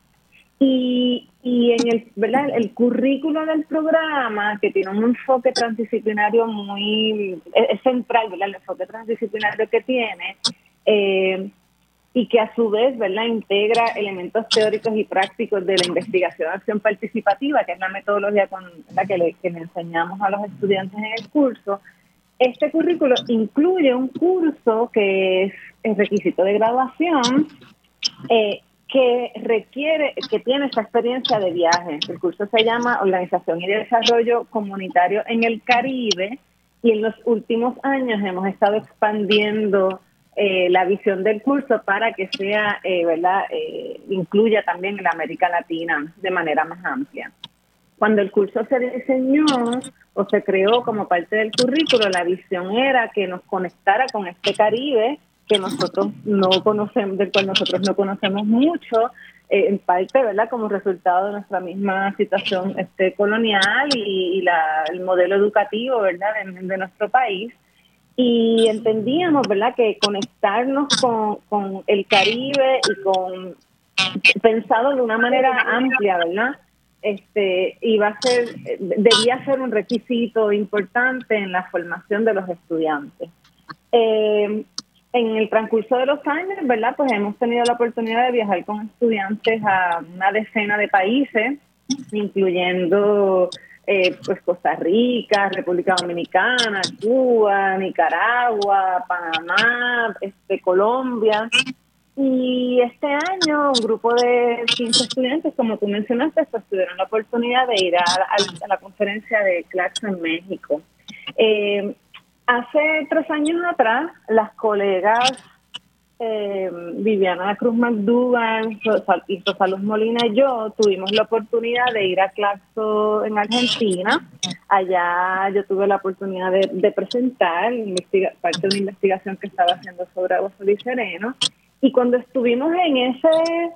Y, y en el, ¿verdad?, el currículo del programa, que tiene un enfoque transdisciplinario muy, es, es central, ¿verdad?, el enfoque transdisciplinario que tiene, eh, y que a su vez, ¿verdad?, integra elementos teóricos y prácticos de la investigación de acción participativa, que es la metodología con la que le, que le enseñamos a los estudiantes en el curso. Este currículo incluye un curso que es el requisito de graduación, eh, que requiere, que tiene esta experiencia de viaje. El curso se llama Organización y Desarrollo Comunitario en el Caribe, y en los últimos años hemos estado expandiendo Eh, la visión del curso para que sea, eh, ¿verdad?, eh, incluya también la América Latina de manera más amplia. Cuando el curso se diseñó o se creó como parte del currículo, la visión era que nos conectara con este Caribe que nosotros no conocemos, del cual nosotros no conocemos mucho, eh, en parte, ¿verdad?, como resultado de nuestra misma situación este, colonial y, y la, el modelo educativo, ¿verdad?, de, de nuestro país. Y entendíamos, ¿verdad?, que conectarnos con, con el Caribe y con, pensado de una manera amplia, ¿verdad?, este, iba a ser, debía ser un requisito importante en la formación de los estudiantes. Eh, En el transcurso de los años, ¿verdad?, pues hemos tenido la oportunidad de viajar con estudiantes a una decena de países, incluyendo eh, pues Costa Rica, República Dominicana, Cuba, Nicaragua, Panamá, este, Colombia. Y este año un grupo de quince estudiantes, como tú mencionaste, pues tuvieron la oportunidad de ir a, a, a la conferencia de Claxo en México. Eh, Hace tres años atrás, las colegas eh, Viviana Cruz McDougall y Rosaluz Molina y yo tuvimos la oportunidad de ir a Claxo en Argentina. Allá yo tuve la oportunidad de, de presentar investiga- parte de una investigación que estaba haciendo sobre agua, sol y sereno. Y cuando estuvimos en ese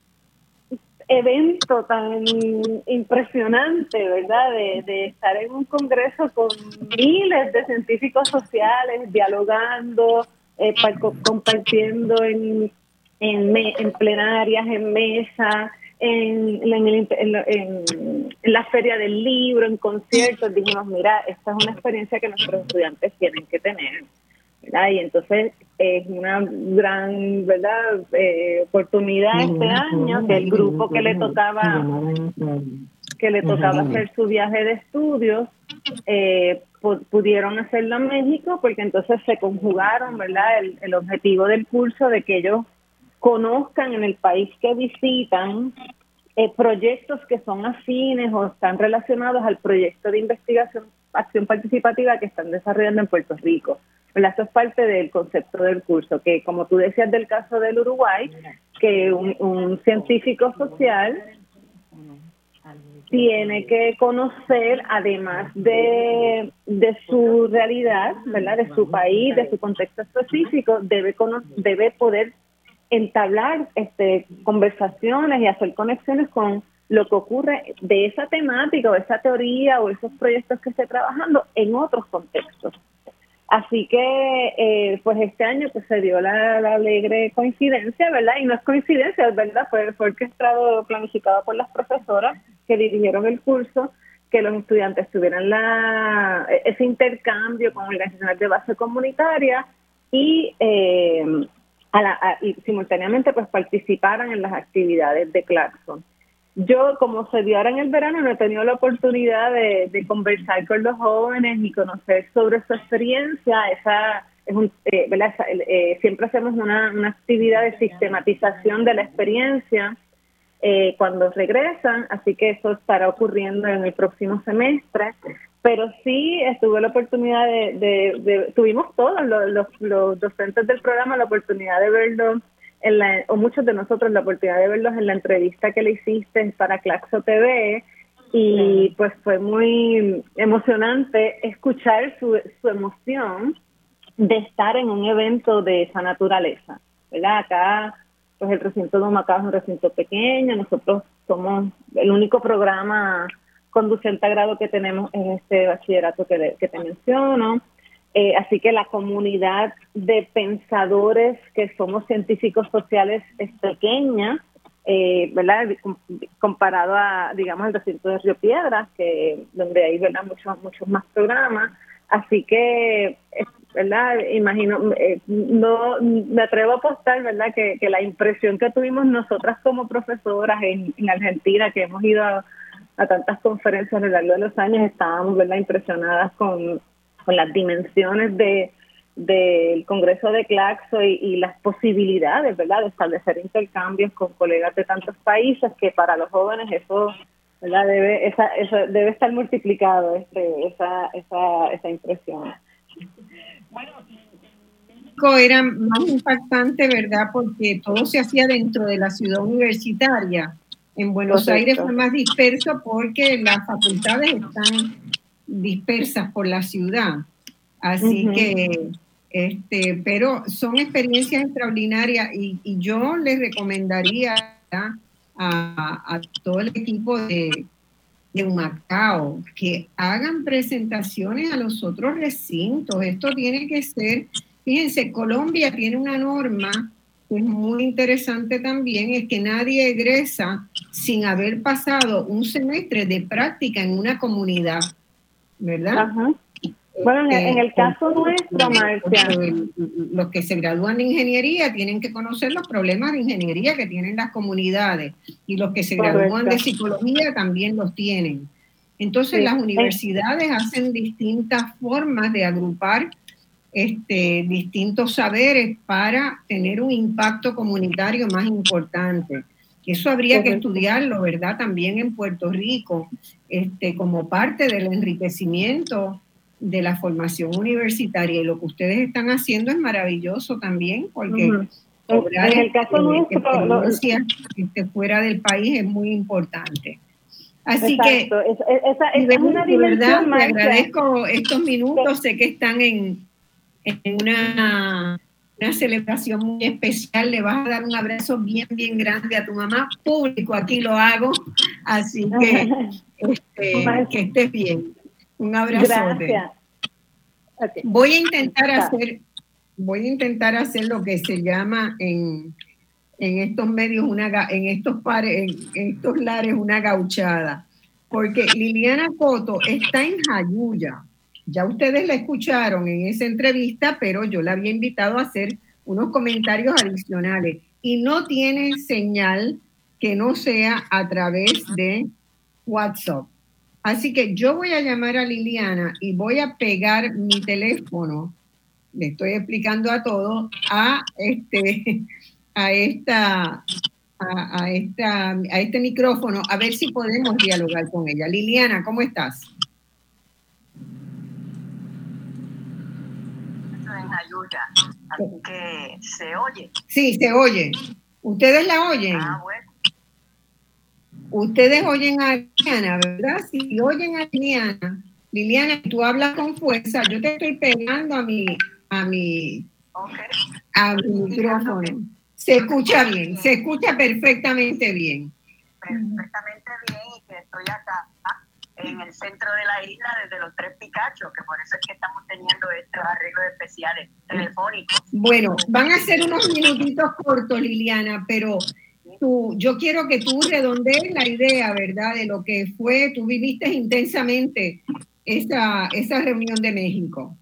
evento tan impresionante, ¿verdad?, de, de estar en un congreso con miles de científicos sociales dialogando, eh, par- compartiendo en, en, me, en plenarias, en mesa, en, en, el, en, en, en la feria del libro, en conciertos. Dijimos, mira, esta es una experiencia que nuestros estudiantes tienen que tener, ¿verdad? Y entonces es una gran, ¿verdad?, eh, oportunidad este año que el grupo que le tocaba que le tocaba hacer su viaje de estudios eh, pu- pudieron hacerlo en México, porque entonces se conjugaron, ¿verdad?, el, el objetivo del curso de que ellos conozcan en el país que visitan eh, proyectos que son afines o están relacionados al proyecto de investigación, acción participativa que están desarrollando en Puerto Rico. Eso es parte del concepto del curso, que como tú decías del caso del Uruguay, que un, un científico social tiene que conocer, además de, de su realidad, ¿verdad?, de su país, de su contexto específico, debe, cono- debe poder entablar este, conversaciones y hacer conexiones con lo que ocurre de esa temática o esa teoría o esos proyectos que esté trabajando en otros contextos. Así que, eh, pues este año pues se dio la, la alegre coincidencia, ¿verdad? Y no es coincidencia, ¿verdad? Fue, fue orquestado, planificado por las profesoras que dirigieron el curso, que los estudiantes tuvieran la, ese intercambio con organizaciones de base comunitaria y, eh, a la, a, y simultáneamente pues participaran en las actividades de Claxo. Yo, como se dio ahora en el verano, no he tenido la oportunidad de, de conversar con los jóvenes y conocer sobre su experiencia. Esa es un, eh, ¿verdad? Esa, eh, siempre hacemos una, una actividad de sistematización de la experiencia eh, cuando regresan, así que eso estará ocurriendo en el próximo semestre. Pero sí tuve la oportunidad de, de, de tuvimos todos los, los, los docentes del programa la oportunidad de verlo. En la, o muchos de nosotros la oportunidad de verlos en la entrevista que le hiciste para Claxo T V, y pues fue muy emocionante escuchar su, su emoción de estar en un evento de esa naturaleza, ¿verdad? Acá pues el recinto de Humacao es un recinto pequeño, nosotros somos el único programa con docente a grado que tenemos en este bachillerato que, que te menciono. Eh, así que la comunidad de pensadores que somos científicos sociales es pequeña, eh, ¿verdad? Comparado a, digamos, el recinto de Río Piedras, que donde hay, ¿verdad?, muchos muchos más programas. Así que, ¿verdad?, imagino, eh, no me atrevo a apostar, ¿verdad?, que, que la impresión que tuvimos nosotras como profesoras en, en Argentina, que hemos ido a, a tantas conferencias a lo largo de los años, estábamos, ¿verdad?, impresionadas con con las dimensiones de del Congreso de Claxo y, y las posibilidades, ¿verdad?, de establecer intercambios con colegas de tantos países, que para los jóvenes eso, ¿verdad?, debe esa, eso debe estar multiplicado, este, esa esa esa impresión. Bueno, era más impactante, ¿verdad?, porque todo se hacía dentro de la ciudad universitaria. En Buenos Correcto. Aires fue más disperso porque las facultades están dispersas por la ciudad. Así uh-huh. que, este, pero son experiencias extraordinarias y, y yo les recomendaría a, a todo el equipo de, de Humacao que hagan presentaciones a los otros recintos. Esto tiene que ser, fíjense, Colombia tiene una norma que es muy interesante también, es que nadie egresa sin haber pasado un semestre de práctica en una comunidad, ¿verdad? Ajá. Bueno, este, en el caso nuestro, Marcia, los que se gradúan de ingeniería tienen que conocer los problemas de ingeniería que tienen las comunidades y los que se Correcto. Gradúan de psicología también los tienen. Entonces sí. Las universidades hacen distintas formas de agrupar este, distintos saberes para tener un impacto comunitario más importante. Eso habría Correcto. Que estudiarlo, ¿verdad? También en Puerto Rico, este, como parte del enriquecimiento de la formación universitaria. Y lo que ustedes están haciendo es maravilloso también, porque uh-huh. en, en el caso nuestro, experiencia este, fuera del país es muy importante. Así Exacto. que, es, esa, esa de es una verdad, dimensión, te agradezco estos minutos. Sé que están en, en una, una celebración muy especial. Le vas a dar un abrazo bien, bien grande a tu mamá. Público, aquí lo hago. Así que, este, que estés bien. Un abrazo. Gracias. Okay. Voy a intentar hacer, voy a intentar hacer lo que se llama en, en estos medios, una, en estos pares, en estos lares, una gauchada. Porque Liliana Coto está en Jayuya. Ya ustedes la escucharon en esa entrevista, pero yo la había invitado a hacer unos comentarios adicionales. Y no tiene señal que no sea a través de WhatsApp. Así que yo voy a llamar a Liliana y voy a pegar mi teléfono, le estoy explicando a todos, a este, a esta, a, a esta, a este micrófono, a ver si podemos dialogar con ella. Liliana, ¿cómo estás? Estoy en Jayuya, así que se oye. Sí, se oye. ¿Ustedes la oyen? Ah, bueno. Ustedes oyen a Liliana, ¿verdad? Si oyen a Liliana, Liliana, tú hablas con fuerza, yo te estoy pegando a mi, a mi, okay. a mi micrófono. Se escucha bien, se escucha perfectamente bien. Perfectamente bien, y que estoy acá en el centro de la isla desde los Tres Picachos, que por eso es que estamos teniendo estos arreglos especiales telefónicos. Bueno, van a ser unos minutitos cortos, Liliana, pero Tú, yo quiero que tú redondees la idea, ¿verdad?, de lo que fue, tú viviste intensamente esa, esa reunión de México.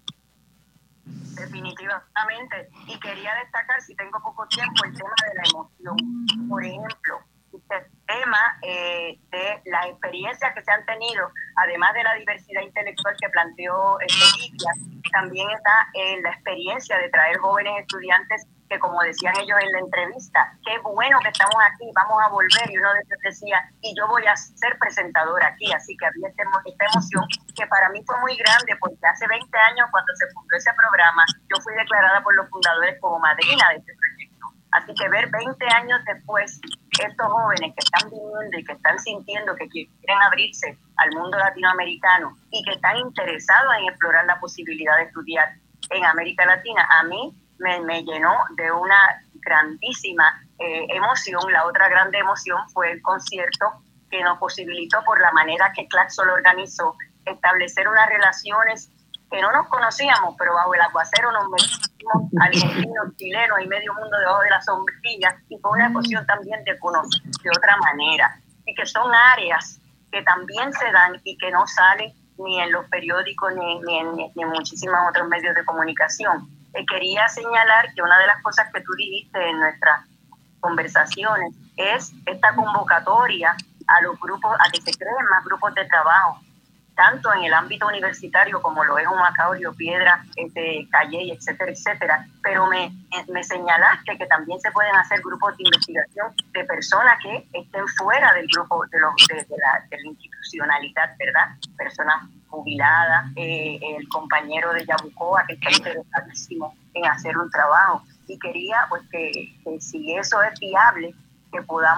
Definitivamente, y quería destacar, si tengo poco tiempo, el tema de la emoción. Por ejemplo, el tema eh, de las experiencias que se han tenido, además de la diversidad intelectual que planteó Lidia, también está en la experiencia de traer jóvenes estudiantes que, como decían ellos en la entrevista, qué bueno que estamos aquí, vamos a volver, y uno de ellos decía, y yo voy a ser presentador aquí, así que había esta, esta emoción que para mí fue muy grande, porque hace veinte años, cuando se fundó ese programa, yo fui declarada por los fundadores como madrina de este proyecto, así que ver veinte años después, estos jóvenes que están viniendo y que están sintiendo que quieren abrirse al mundo latinoamericano y que están interesados en explorar la posibilidad de estudiar en América Latina, a mí Me, me llenó de una grandísima eh, emoción. La otra grande emoción fue el concierto que nos posibilitó, por la manera que Claxo lo organizó, establecer unas relaciones que no nos conocíamos, pero bajo el aguacero nos metimos argentinos, chilenos y medio mundo debajo de la sombrilla, y fue una emoción también de conocer de otra manera, y que son áreas que también se dan y que no salen ni en los periódicos ni, ni, en, ni en muchísimos otros medios de comunicación. Eh, quería señalar que una de las cosas que tú dijiste en nuestras conversaciones es esta convocatoria a los grupos, a que se creen más grupos de trabajo, tanto en el ámbito universitario como lo es Humacao, Río Piedra, este, Calley, etcétera, etcétera. Pero me, me señalaste que también se pueden hacer grupos de investigación de personas que estén fuera del grupo de, los, de, de, la, de la institucionalidad, ¿verdad? Personas jubilada, eh, el compañero de Yabucoa que está interesadísimo en hacer un trabajo, y quería pues que, que si eso es viable, que podamos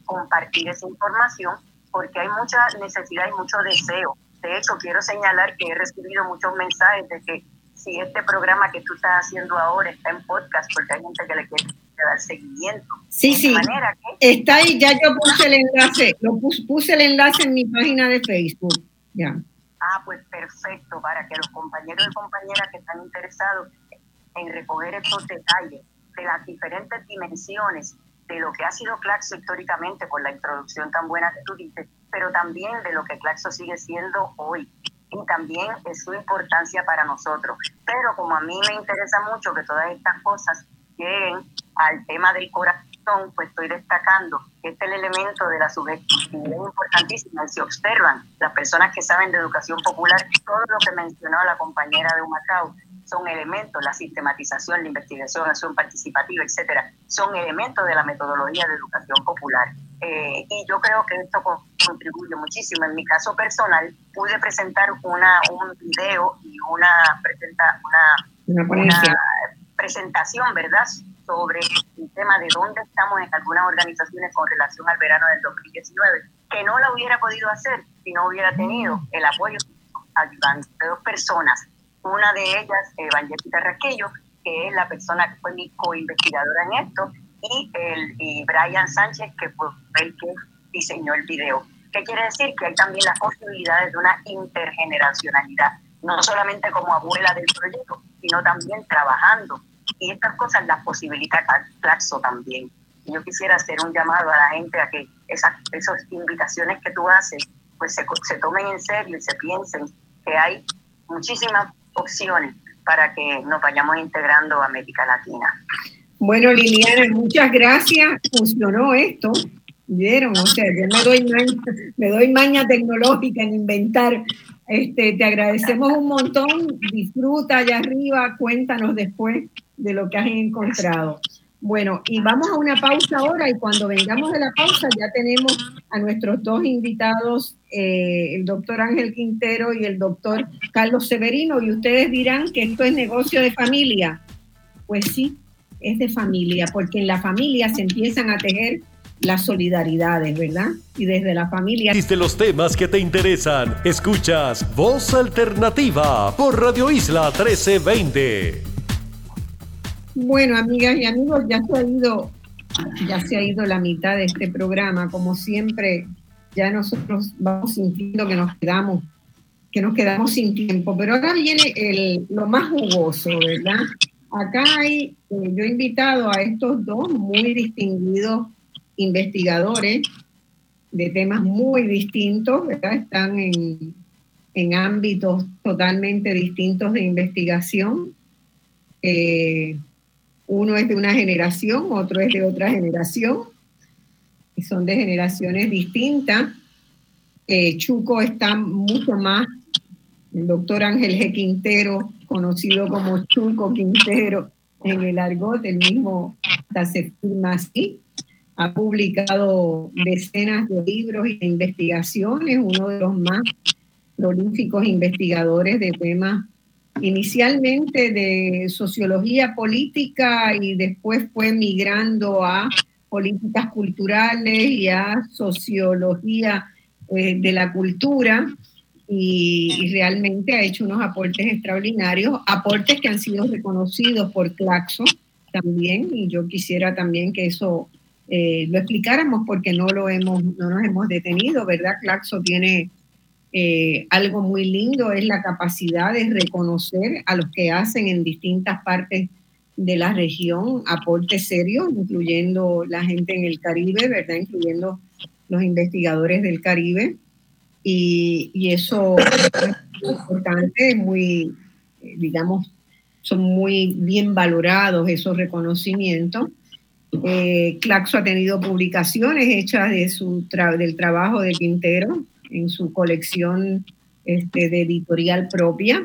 compartir esa información, porque hay mucha necesidad y mucho deseo. De hecho, quiero señalar que he recibido muchos mensajes de que si este programa que tú estás haciendo ahora está en podcast, porque hay gente que le quiere dar seguimiento. Sí, sí, manera que, está ahí, ya yo puse el enlace, lo puse, puse el enlace en mi página de Facebook, ya. Ah, pues perfecto, para que los compañeros y compañeras que están interesados en recoger estos detalles de las diferentes dimensiones de lo que ha sido Claxo históricamente, con la introducción tan buena que tú dices, pero también de lo que Claxo sigue siendo hoy, y también es su importancia para nosotros. Pero como a mí me interesa mucho que todas estas cosas lleguen al tema del corazón, pues estoy destacando que este es el elemento de la subjetividad importantísima. Y si observan las personas que saben de educación popular, todo lo que mencionó la compañera de Humacao son elementos, la sistematización, la investigación, la acción participativa, etcétera, son elementos de la metodología de educación popular. Eh, y yo creo que esto contribuye muchísimo. En mi caso personal, pude presentar una, un video y una, presenta, una, una, una presentación, ¿verdad?, sobre el tema de dónde estamos en algunas organizaciones con relación al verano del dos mil diecinueve, que no la hubiera podido hacer si no hubiera tenido el apoyo ayudante de dos personas. Una de ellas, Evangelista Rasquillo, que es la persona que fue mi co-investigadora en esto, y, el, y Brian Sánchez, que fue el que diseñó el video. ¿Qué quiere decir? Que hay también las posibilidades de una intergeneracionalidad, no solamente como abuela del proyecto, sino también trabajando. Y estas cosas las posibilita Claxo también. Y yo quisiera hacer un llamado a la gente a que esas, esas invitaciones que tú haces, pues se, se tomen en serio y se piensen que hay muchísimas opciones para que nos vayamos integrando a América Latina. Bueno, Liliana, muchas gracias. Funcionó esto. ¿Vieron? O sea, yo me doy maña, me doy maña tecnológica en inventar. Este, te agradecemos un montón. Disfruta allá arriba. Cuéntanos después de lo que has encontrado. Bueno, y vamos a una pausa ahora, y cuando vengamos de la pausa ya tenemos a nuestros dos invitados, eh, el doctor Ángel Quintero y el doctor Carlos Severino, y ustedes dirán que esto es negocio de familia. Pues sí, es de familia, porque en la familia se empiezan a tejer las solidaridades, ¿verdad? Y desde la familia... De los temas que te interesan, escuchas Voz Alternativa por Radio Isla trece veinte. Bueno, amigas y amigos, ya se ha ido, ya se ha ido la mitad de este programa. Como siempre, ya nosotros vamos sintiendo que nos quedamos, que nos quedamos sin tiempo. Pero ahora viene el, lo más jugoso, ¿verdad? Acá hay, eh, yo he invitado a estos dos muy distinguidos investigadores de temas muy distintos, ¿verdad? Están en, en ámbitos totalmente distintos de investigación. Eh, Uno es de una generación, otro es de otra generación, y son de generaciones distintas. Eh, Chuco está mucho más, el doctor Ángel G. Quintero, conocido como Chuco Quintero en el argot, el mismo hasta se firma así. Ha publicado decenas de libros y de investigaciones, uno de los más prolíficos investigadores de temas inicialmente de sociología política, y después fue migrando a políticas culturales y a sociología eh, de la cultura, y, y realmente ha hecho unos aportes extraordinarios, aportes que han sido reconocidos por Claxo también, y yo quisiera también que eso eh, lo explicáramos, porque no, lo hemos, no nos hemos detenido, ¿verdad? Claxo tiene... Eh, algo muy lindo, es la capacidad de reconocer a los que hacen en distintas partes de la región aportes serios, incluyendo la gente en el Caribe, ¿verdad? Incluyendo los investigadores del Caribe. Y, y eso es muy importante, es muy, digamos, son muy bien valorados esos reconocimientos. Eh, Claxo ha tenido publicaciones hechas de su tra- del trabajo de Quintero en su colección este, de editorial propia,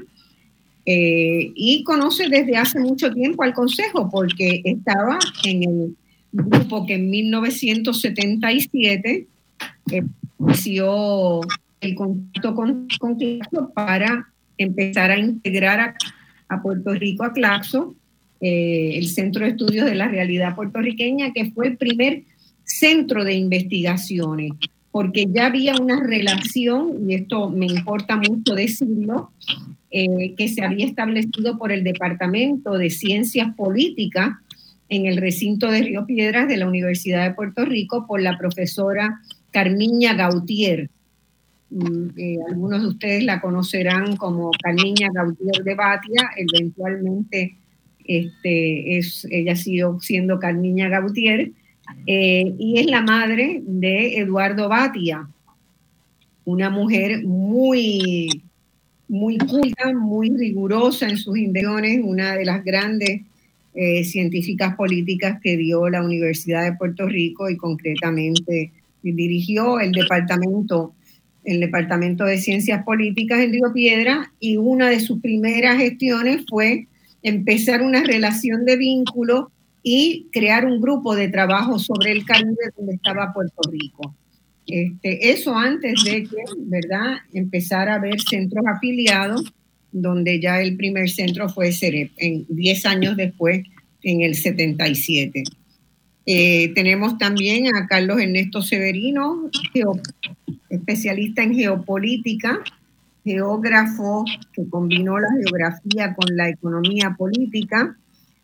eh, y conoce desde hace mucho tiempo al Consejo, porque estaba en el grupo que en mil novecientos setenta y siete eh, inició el contacto con, con Claxo para empezar a integrar a, a Puerto Rico a Claxo, eh, el Centro de Estudios de la Realidad Puertorriqueña, que fue el primer centro de investigaciones, porque ya había una relación, y esto me importa mucho decirlo, eh, que se había establecido por el Departamento de Ciencias Políticas en el recinto de Río Piedras de la Universidad de Puerto Rico por la profesora Carmiña Gautier. Eh, algunos de ustedes la conocerán como Carmiña Gautier de Batia, eventualmente este, es, ella siguió siendo Carmiña Gautier, eh, y es la madre de Eduardo Batia, una mujer muy, muy culta, muy rigurosa en sus investigaciones, una de las grandes eh, científicas políticas que dio la Universidad de Puerto Rico, y concretamente dirigió el departamento el Departamento de Ciencias Políticas en Río Piedras, y una de sus primeras gestiones fue empezar una relación de vínculo y crear un grupo de trabajo sobre el Caribe donde estaba Puerto Rico. Este, eso antes de que, ¿verdad?, empezara a haber centros afiliados, donde ya el primer centro fue CEREP, en diez años después, en el setenta y siete. Eh, tenemos también a Carlos Ernesto Severino, geo, especialista en geopolítica, geógrafo que combinó la geografía con la economía política,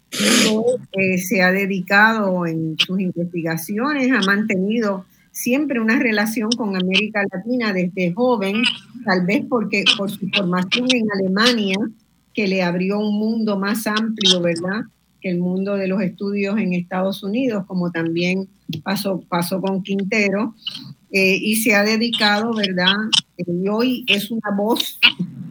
y eh, se ha dedicado en sus investigaciones, ha mantenido siempre una relación con América Latina desde joven, tal vez porque por su formación en Alemania, que le abrió un mundo más amplio, ¿verdad?, que el mundo de los estudios en Estados Unidos, como también pasó, pasó con Quintero, eh, y se ha dedicado, ¿verdad?, y hoy es una voz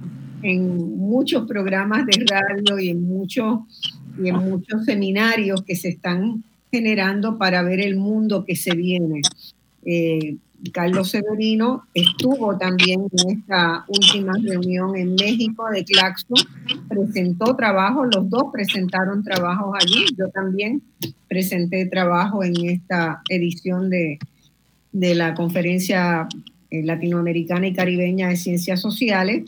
en muchos programas de radio y en muchos, y en muchos seminarios que se están generando para ver el mundo que se viene. Eh, Carlos Severino estuvo también en esta última reunión en México de Claxo, presentó trabajo, los dos presentaron trabajos allí, yo también presenté trabajo en esta edición de, de la Conferencia Latinoamericana y Caribeña de Ciencias Sociales,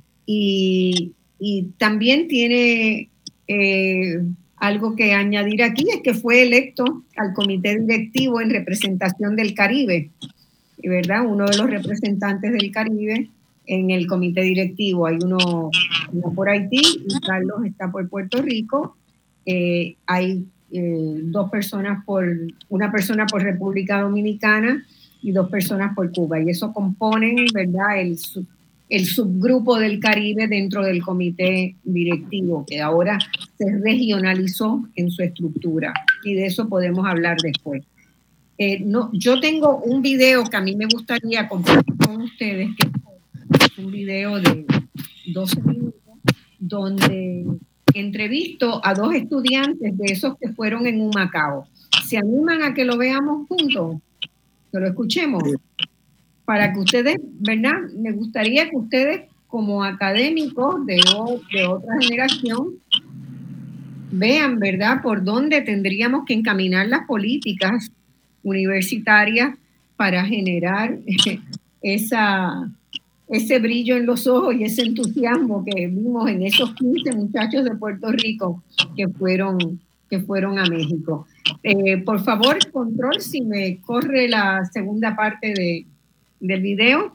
y, y también tiene eh, algo que añadir aquí, es que fue electo al comité directivo en representación del Caribe, ¿verdad? Uno de los representantes del Caribe en el comité directivo. Hay uno, uno por Haití y Carlos está por Puerto Rico. Eh, hay eh, dos personas por, una persona por República Dominicana y dos personas por Cuba. Y eso componen, ¿verdad?, el, el subgrupo del Caribe dentro del comité directivo, que ahora se regionalizó en su estructura. Y de eso podemos hablar después. Eh, no, yo tengo un video que a mí me gustaría compartir con ustedes, que es un video de doce minutos, donde entrevisto a dos estudiantes de esos que fueron en Humacao. ¿Se animan a que lo veamos juntos? Que lo escuchemos. Para que ustedes, ¿verdad? Me gustaría que ustedes, como académicos de, de otra generación, vean, ¿verdad?, por dónde tendríamos que encaminar las políticas universitarias para generar esa, ese brillo en los ojos y ese entusiasmo que vimos en esos quince muchachos de Puerto Rico que fueron, que fueron a México. Eh, por favor, control, si me corre la segunda parte de, del video.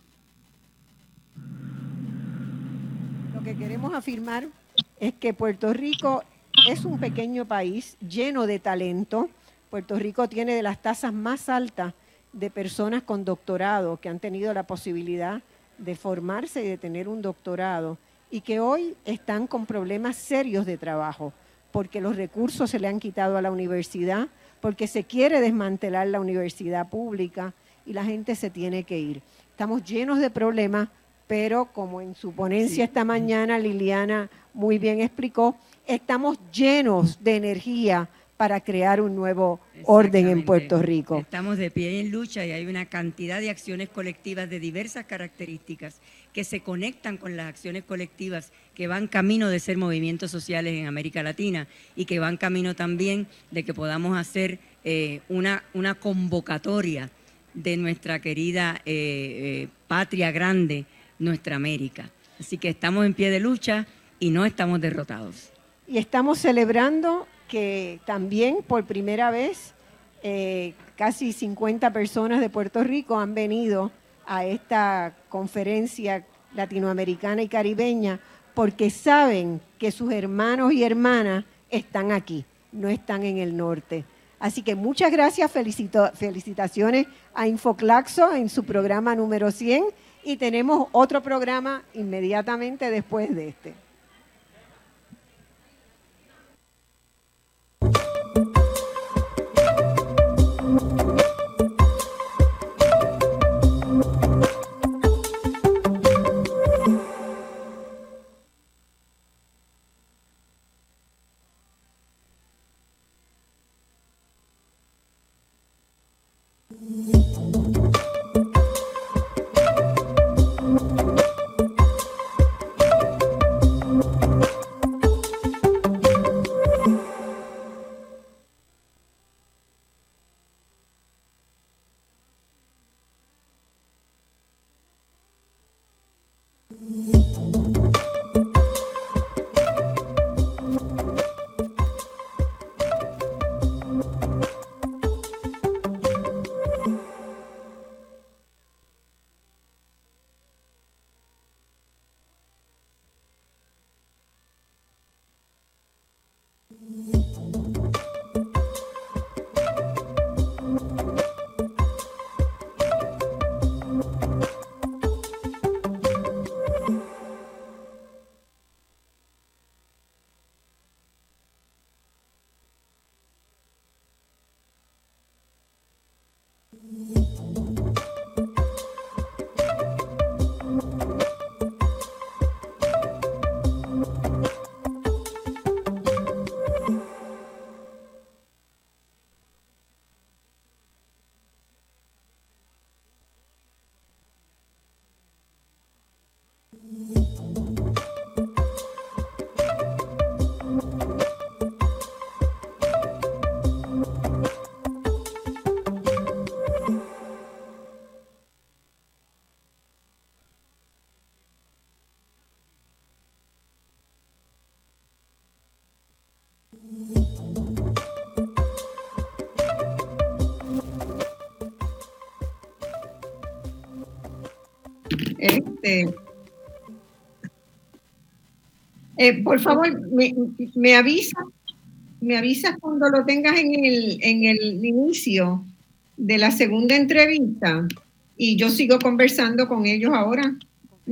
Lo que queremos afirmar es que Puerto Rico es un pequeño país lleno de talento. Puerto Rico tiene de las tasas más altas de personas con doctorado que han tenido la posibilidad de formarse y de tener un doctorado, y que hoy están con problemas serios de trabajo porque los recursos se le han quitado a la universidad, porque se quiere desmantelar la universidad pública y la gente se tiene que ir. Estamos llenos de problemas, pero como en su ponencia esta mañana Liliana muy bien explicó, estamos llenos de energía para crear un nuevo orden en Puerto Rico. Estamos de pie en lucha y hay una cantidad de acciones colectivas de diversas características que se conectan con las acciones colectivas que van camino de ser movimientos sociales en América Latina y que van camino también de que podamos hacer eh, una, una convocatoria de nuestra querida eh, eh, patria grande, nuestra América. Así que estamos en pie de lucha y no estamos derrotados. Y estamos celebrando que también por primera vez eh, casi cincuenta personas de Puerto Rico han venido a esta conferencia latinoamericana y caribeña porque saben que sus hermanos y hermanas están aquí, no están en el norte. Así que muchas gracias, felicito, felicitaciones a Infoclaxo en su programa número cien y tenemos otro programa inmediatamente después de este. Este, eh, por favor, me, me avisa, me avisas cuando lo tengas en el, en el inicio de la segunda entrevista y yo sigo conversando con ellos ahora. ¿Mm?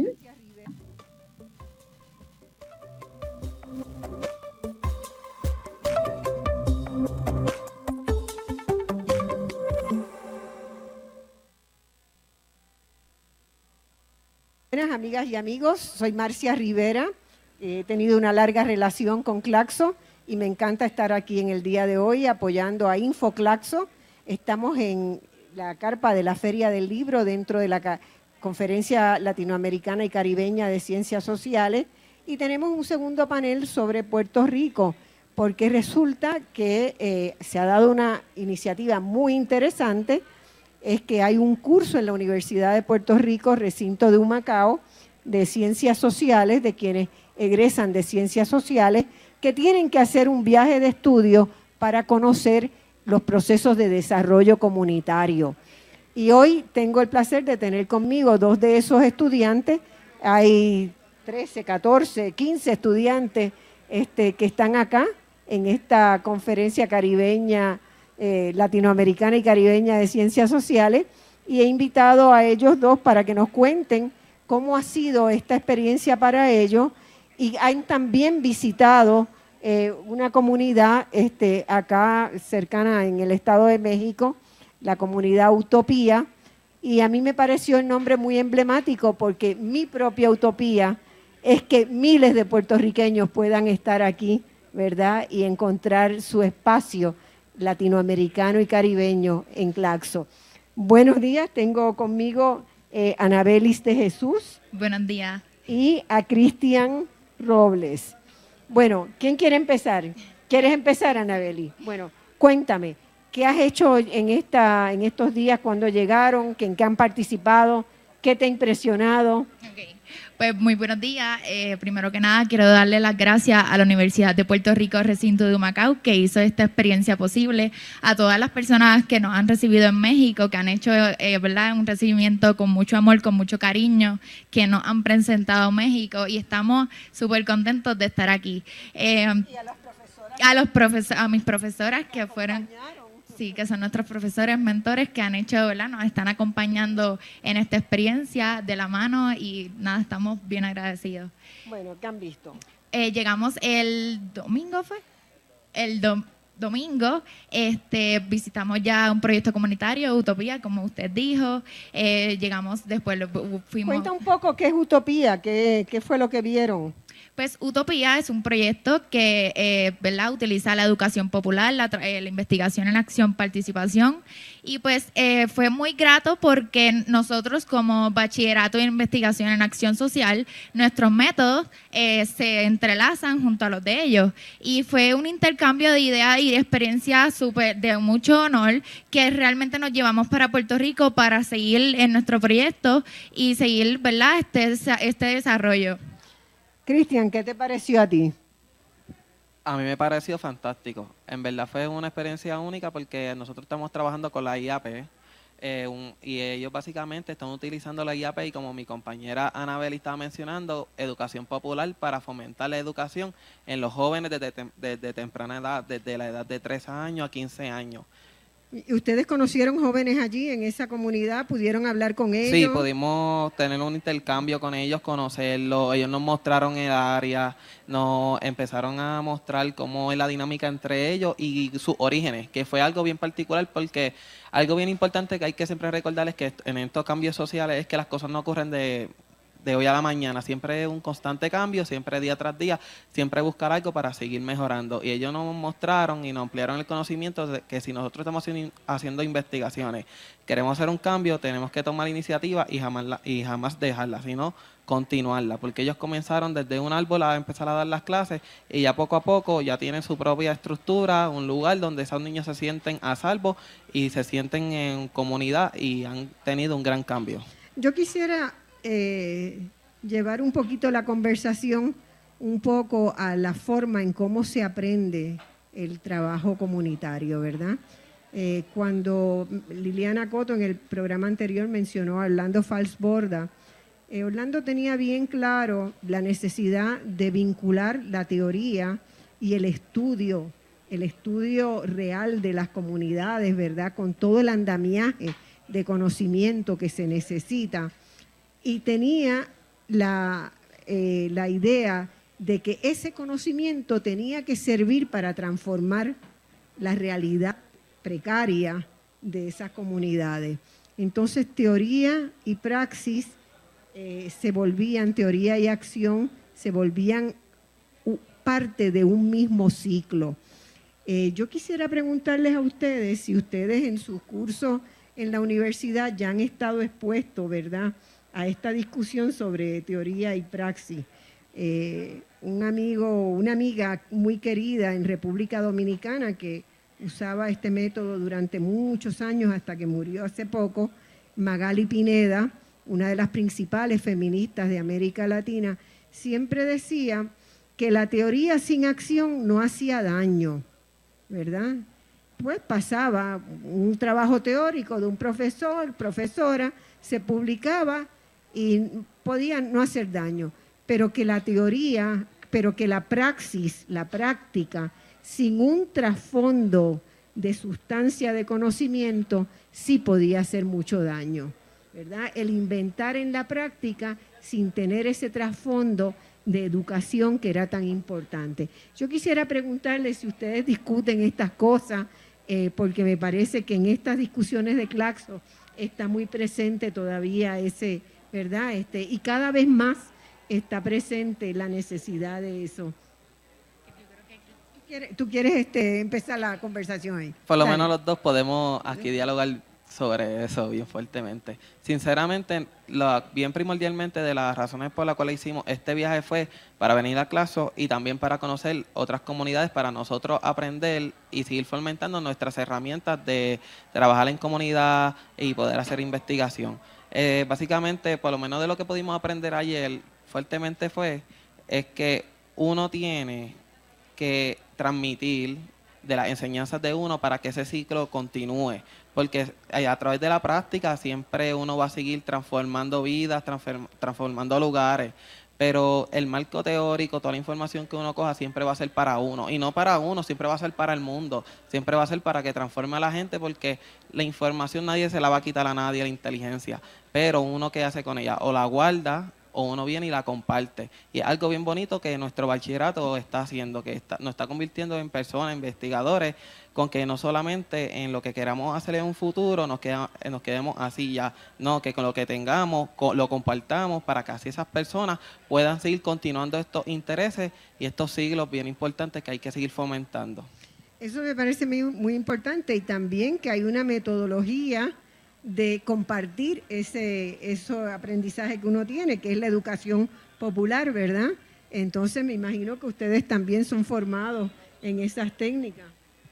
Buenas amigas y amigos, soy Marcia Rivera, he tenido una larga relación con Claxo y me encanta estar aquí en el día de hoy apoyando a Infoclaxo. Estamos en la carpa de la Feria del Libro dentro de la Conferencia Latinoamericana y Caribeña de Ciencias Sociales y tenemos un segundo panel sobre Puerto Rico porque resulta que eh, se ha dado una iniciativa muy interesante. Es que hay un curso en la Universidad de Puerto Rico, recinto de Humacao, de Ciencias Sociales, de quienes egresan de Ciencias Sociales, que tienen que hacer un viaje de estudio para conocer los procesos de desarrollo comunitario. Y hoy tengo el placer de tener conmigo dos de esos estudiantes. Hay trece, catorce, quince estudiantes este, que están acá en esta conferencia caribeña Eh, latinoamericana y caribeña de Ciencias Sociales y he invitado a ellos dos para que nos cuenten cómo ha sido esta experiencia para ellos y han también visitado eh, una comunidad este, acá cercana en el Estado de México, la comunidad Utopía, y a mí me pareció el nombre muy emblemático porque mi propia utopía es que miles de puertorriqueños puedan estar aquí, ¿verdad? Y encontrar su espacio latinoamericano y caribeño en Claxo. Buenos días, tengo conmigo eh, a Anabelis de Jesús. Buenos días. Y a Cristian Robles. Bueno, ¿quién quiere empezar? ¿Quieres empezar, Anabelis? Bueno, cuéntame, ¿qué has hecho en, esta, en estos días cuando llegaron? ¿En qué han participado? ¿Qué te ha impresionado? Okay. Pues muy buenos días. Eh, primero que nada, quiero darle las gracias a la Universidad de Puerto Rico, recinto de Humacao, que hizo esta experiencia posible, a todas las personas que nos han recibido en México, que han hecho eh, ¿verdad? un recibimiento con mucho amor, con mucho cariño, que nos han presentado México y estamos súper contentos de estar aquí. Eh, y a, las profesoras a, los profesor, a mis profesoras que fueron... Sí, que son nuestros profesores, mentores que han hecho, ¿verdad? Nos están acompañando en esta experiencia de la mano y nada, estamos bien agradecidos. Bueno, ¿qué han visto? Eh, llegamos el domingo, ¿fue? El do- domingo, este, visitamos ya un proyecto comunitario, Utopía, como usted dijo. Eh, llegamos después, lo, fuimos... Cuenta un poco qué es Utopía, qué, qué fue lo que vieron. Pues Utopía es un proyecto que eh, ¿verdad? utiliza la educación popular, la, eh, la investigación en acción, participación, y pues eh, fue muy grato porque nosotros como bachillerato en investigación en acción social, nuestros métodos eh, se entrelazan junto a los de ellos, y fue un intercambio de ideas y de experiencias súper de mucho honor que realmente nos llevamos para Puerto Rico para seguir en nuestro proyecto y seguir, ¿verdad? este, este desarrollo. Cristian, ¿qué te pareció a ti? A mí me pareció fantástico. En verdad fue una experiencia única porque nosotros estamos trabajando con la I A P eh, un, y ellos básicamente están utilizando la I A P y, como mi compañera Anabel estaba mencionando, educación popular para fomentar la educación en los jóvenes desde, tem desde temprana edad, desde la edad de tres años a quince años. ¿Y ustedes conocieron jóvenes allí en esa comunidad? ¿Pudieron hablar con ellos? Sí, pudimos tener un intercambio con ellos, conocerlos. Ellos nos mostraron el área, nos empezaron a mostrar cómo es la dinámica entre ellos y sus orígenes, que fue algo bien particular porque algo bien importante que hay que siempre recordar es que en estos cambios sociales es que las cosas no ocurren de... de hoy a la mañana, siempre es un constante cambio, siempre día tras día, siempre buscar algo para seguir mejorando. Y ellos nos mostraron y nos ampliaron el conocimiento de que si nosotros estamos haciendo investigaciones, queremos hacer un cambio, tenemos que tomar iniciativa y jamás, la, y jamás dejarla, sino continuarla, porque ellos comenzaron desde un árbol a empezar a dar las clases y ya poco a poco ya tienen su propia estructura, un lugar donde esos niños se sienten a salvo y se sienten en comunidad y han tenido un gran cambio. Yo quisiera... Eh, llevar un poquito la conversación un poco a la forma en cómo se aprende el trabajo comunitario, ¿verdad? Eh, cuando Liliana Coto en el programa anterior mencionó a Orlando Falsborda, eh, Orlando tenía bien claro la necesidad de vincular la teoría y el estudio, el estudio real de las comunidades, ¿verdad? Con todo el andamiaje de conocimiento que se necesita. Y tenía la, eh, la idea de que ese conocimiento tenía que servir para transformar la realidad precaria de esas comunidades. Entonces, teoría y praxis eh, se volvían, teoría y acción, se volvían parte de un mismo ciclo. Eh, yo quisiera preguntarles a ustedes si ustedes en sus cursos en la universidad ya han estado expuestos, ¿verdad?, a esta discusión sobre teoría y praxis. Eh, un amigo, una amiga muy querida en República Dominicana que usaba este método durante muchos años hasta que murió hace poco, Magali Pineda, una de las principales feministas de América Latina, siempre decía que la teoría sin acción no hacía daño, ¿verdad? Pues pasaba un trabajo teórico de un profesor, profesora, se publicaba y podía no hacer daño, pero que la teoría, pero que la praxis, la práctica, sin un trasfondo de sustancia de conocimiento, sí podía hacer mucho daño, ¿verdad? El inventar en la práctica sin tener ese trasfondo de educación que era tan importante. Yo quisiera preguntarles si ustedes discuten estas cosas, eh, porque me parece que en estas discusiones de Claxo está muy presente todavía ese... ¿verdad? Este, y cada vez más está presente la necesidad de eso. ¿Tú quieres, tú quieres este, empezar la conversación ahí? Por lo Dale. menos los dos podemos aquí dialogar sobre eso bien fuertemente. Sinceramente, lo, bien primordialmente de las razones por las cuales hicimos este viaje fue para venir a Claxo y también para conocer otras comunidades, para nosotros aprender y seguir fomentando nuestras herramientas de trabajar en comunidad y poder hacer investigación. Eh, básicamente, por lo menos de lo que pudimos aprender ayer, fuertemente fue, es que uno tiene que transmitir de las enseñanzas de uno para que ese ciclo continúe, porque a través de la práctica siempre uno va a seguir transformando vidas, transformando lugares, pero el marco teórico, toda la información que uno coja siempre va a ser para uno, y no para uno, siempre va a ser para el mundo, siempre va a ser para que transforme a la gente, porque la información nadie se la va a quitar a nadie, la inteligencia, pero uno qué hace con ella, o la guarda, o uno viene y la comparte. Y es algo bien bonito que nuestro bachillerato está haciendo, que está, nos está convirtiendo en personas, investigadores, con que no solamente en lo que queramos hacer en un futuro nos, queda, nos quedemos así ya, no, que con lo que tengamos lo compartamos para que así esas personas puedan seguir continuando estos intereses y estos siglos bien importantes que hay que seguir fomentando. Eso me parece muy, muy importante, y también que hay una metodología de compartir ese, ese aprendizaje que uno tiene, que es la educación popular, ¿verdad? Entonces me imagino que ustedes también son formados en esas técnicas.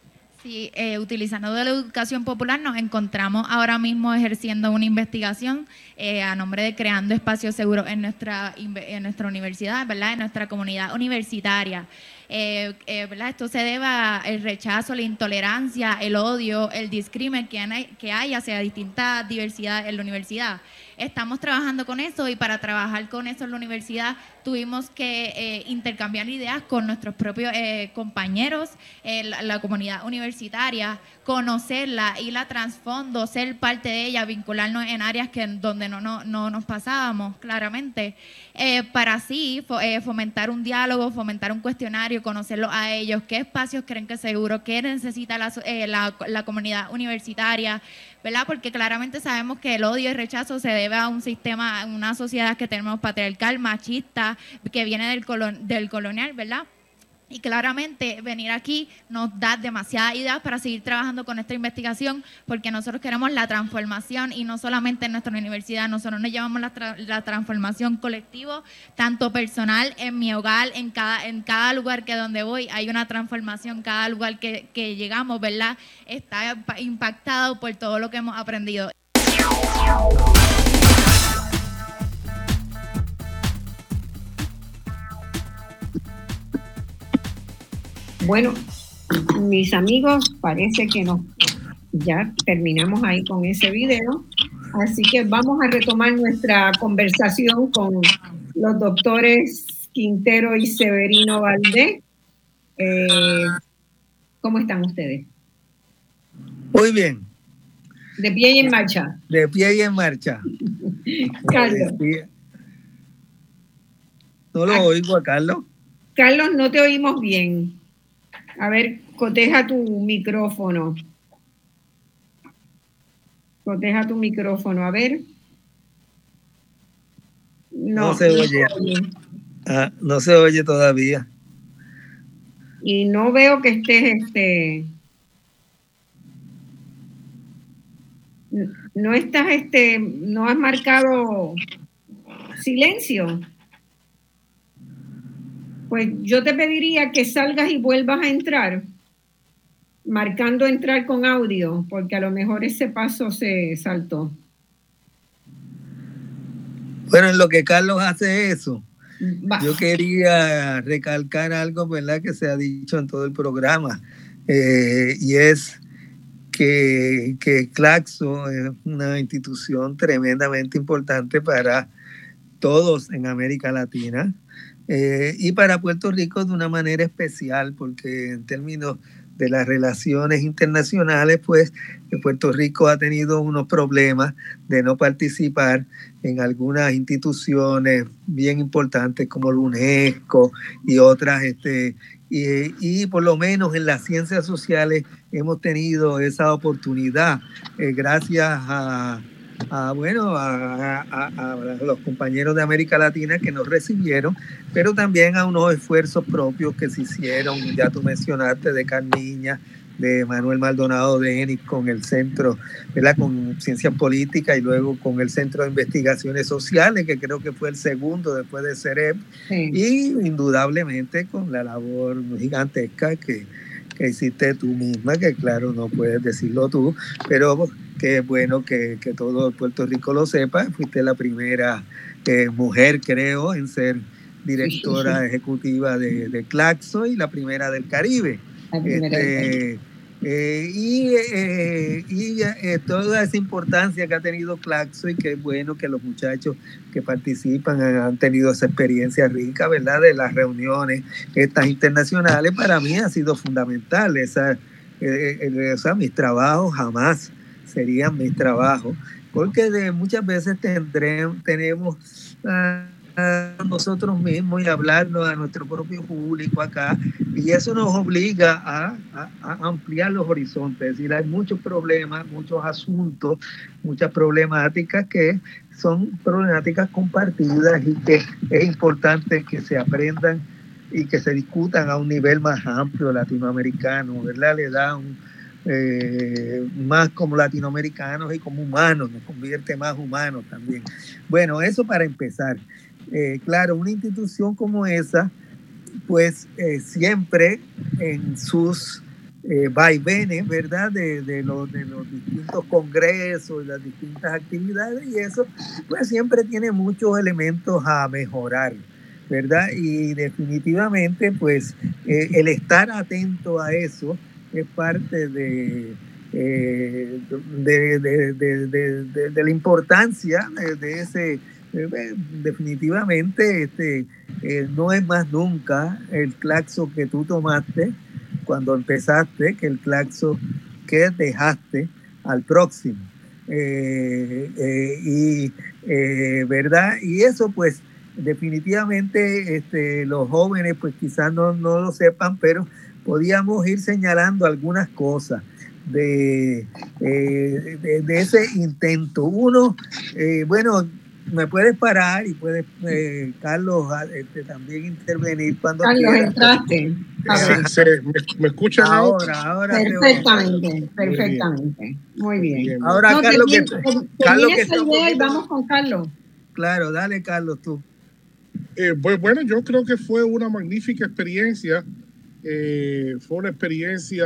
Sí, eh, utilizando de la educación popular nos encontramos ahora mismo ejerciendo una investigación eh, a nombre de Creando Espacios Seguros en nuestra, en nuestra universidad, ¿verdad? En nuestra comunidad universitaria. Eh, eh, ¿verdad? Esto se debe al rechazo, la intolerancia, el odio, el discrimen que hay, que hay hacia distintas diversidades en la universidad. Estamos trabajando con eso, y para trabajar con eso en la universidad tuvimos que eh, intercambiar ideas con nuestros propios eh, compañeros, eh, la, la comunidad universitaria, conocerla, ir a trasfondo, ser parte de ella, vincularnos en áreas que donde no, no, no nos pasábamos claramente, eh, para así fo, eh, fomentar un diálogo, fomentar un cuestionario, conocerlos a ellos, qué espacios creen que seguro, qué necesita la, eh, la, la comunidad universitaria, ¿verdad? Porque claramente sabemos que el odio y el rechazo se debe a un sistema, a una sociedad que tenemos patriarcal, machista, que viene del, colon, del colonial, ¿verdad? Y claramente venir aquí nos da demasiadas ideas para seguir trabajando con esta investigación, porque nosotros queremos la transformación, y no solamente en nuestra universidad, nosotros nos llevamos la, tra la transformación colectiva, tanto personal, en mi hogar, en cada, en cada lugar que donde voy hay una transformación, cada lugar que, que llegamos, ¿verdad? Está impactado por todo lo que hemos aprendido. Bueno, mis amigos, parece que nos ya terminamos ahí con ese video, así que vamos a retomar nuestra conversación con los doctores Quintero y Severino Valdés. Eh, ¿Cómo están ustedes? Muy bien. De pie y en marcha. De pie y en marcha. Carlos. No lo oigo a Carlos. Carlos, no te oímos bien. A ver, coteja tu micrófono. Coteja tu micrófono, a ver. No, no se no oye. Se oye. Ah, no se oye todavía. Y no veo que estés, este... No estás, este... No has marcado silencio. Pues yo te pediría que salgas y vuelvas a entrar, marcando entrar con audio, porque a lo mejor ese paso se saltó. Bueno, en lo que Carlos hace eso, Va. yo quería recalcar algo, ¿verdad?, que se ha dicho en todo el programa, eh, y es que, que Claxo es una institución tremendamente importante para todos en América Latina. Eh, y para Puerto Rico de una manera especial, porque en términos de las relaciones internacionales, pues Puerto Rico ha tenido unos problemas de no participar en algunas instituciones bien importantes como la UNESCO y otras, este, y, y por lo menos en las ciencias sociales hemos tenido esa oportunidad, eh, gracias a A, bueno, a, a, a los compañeros de América Latina que nos recibieron, pero también a unos esfuerzos propios que se hicieron, ya tú mencionaste, de Carmiña, de Manuel Maldonado de ENIC con el centro, ¿verdad?, con Ciencias Políticas, y luego con el Centro de Investigaciones Sociales, que creo que fue el segundo después de CEREP, sí. Y indudablemente con la labor gigantesca que, que hiciste tú misma, que claro, no puedes decirlo tú, pero que es bueno que, que todo Puerto Rico lo sepa. Fuiste la primera eh, mujer, creo, en ser directora ejecutiva de, de Claxo y la primera del Caribe. Este, eh, y eh, y eh, toda esa importancia que ha tenido Claxo, y que es bueno que los muchachos que participan han, han tenido esa experiencia rica, ¿verdad? De las reuniones estas internacionales, para mí ha sido fundamental. Esa, eh, eh, o sea, mis trabajos jamás serían mis trabajos, porque de, muchas veces tendremos, tenemos uh, a nosotros mismos y hablarnos a nuestro propio público acá, y eso nos obliga a, a, a ampliar los horizontes. Es decir, hay muchos problemas, muchos asuntos, muchas problemáticas que son problemáticas compartidas y que es importante que se aprendan y que se discutan a un nivel más amplio latinoamericano, ¿verdad? Le da un, eh, más como latinoamericanos y como humanos, nos convierte más humanos también. Bueno, eso para empezar. Eh, claro, una institución como esa, pues eh, siempre en sus eh, vaivenes, ¿verdad? De, de, los, de los distintos congresos, las distintas actividades, y eso, pues siempre tiene muchos elementos a mejorar, ¿verdad? Y definitivamente, pues eh, el estar atento a eso es parte de, eh, de, de, de, de, de, de la importancia de, de ese. Eh, definitivamente este, eh, no es más nunca el Claxo que tú tomaste cuando empezaste que el Claxo que dejaste al próximo. Eh, eh, y eh, verdad, y eso pues definitivamente este, los jóvenes pues quizás no, no lo sepan, pero podíamos ir señalando algunas cosas de, eh, de, de ese intento. Uno, eh, bueno, me puedes parar y puedes, eh, Carlos, este, también intervenir cuando Carlos, quieras. entraste. Sí, sí, ¿me, ¿Me escuchan ahora? ahora? Perfectamente, perfectamente. Muy bien. Muy bien. Ahora, no, Carlos, termina, que, termina Carlos que esa idea y vamos con Carlos. Claro, dale, Carlos, tú. Eh, pues bueno, yo creo que fue una magnífica experiencia. Eh, fue una experiencia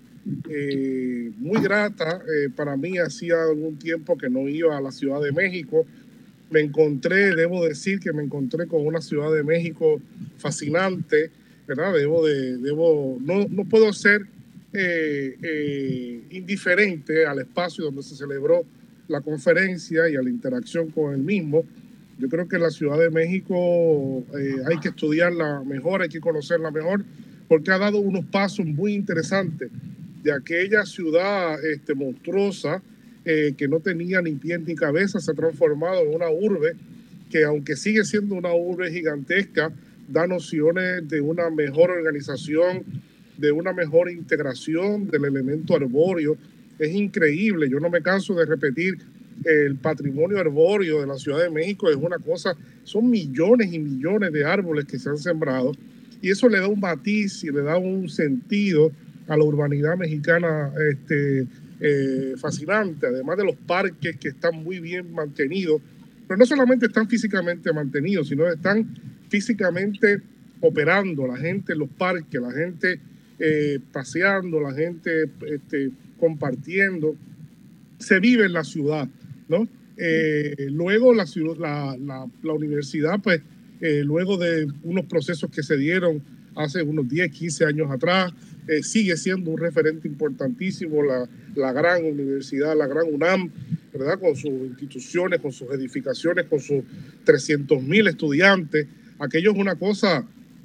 eh, muy grata. Eh, para mí hacía algún tiempo que no iba a la Ciudad de México. Me encontré, debo decir que me encontré con una Ciudad de México fascinante, ¿verdad? Debo de, debo, no, no puedo ser eh, eh, indiferente al espacio donde se celebró la conferencia y a la interacción con el mismo. Yo creo que la Ciudad de México eh, hay que estudiarla mejor, hay que conocerla mejor, porque ha dado unos pasos muy interesantes de aquella ciudad este, monstruosa, Eh, que no tenía ni pie ni cabeza, se ha transformado en una urbe que, aunque sigue siendo una urbe gigantesca, da nociones de una mejor organización, de una mejor integración del elemento arbóreo. Es increíble, yo no me canso de repetir, el patrimonio arbóreo de la Ciudad de México es una cosa, son millones y millones de árboles que se han sembrado, y eso le da un matiz y le da un sentido a la urbanidad mexicana este, Eh, fascinante, además de los parques que están muy bien mantenidos, pero no solamente están físicamente mantenidos, sino están físicamente operando, la gente en los parques, la gente eh, paseando, la gente este, compartiendo, se vive en la ciudad, ¿no? Eh, luego la, la, la, la universidad, pues, eh, luego de unos procesos que se dieron hace unos diez, quince años atrás, eh, sigue siendo un referente importantísimo, la, la gran universidad, la gran UNAM, ¿verdad? Con sus instituciones, con sus edificaciones, con sus trescientos mil estudiantes. Aquello es una cosa,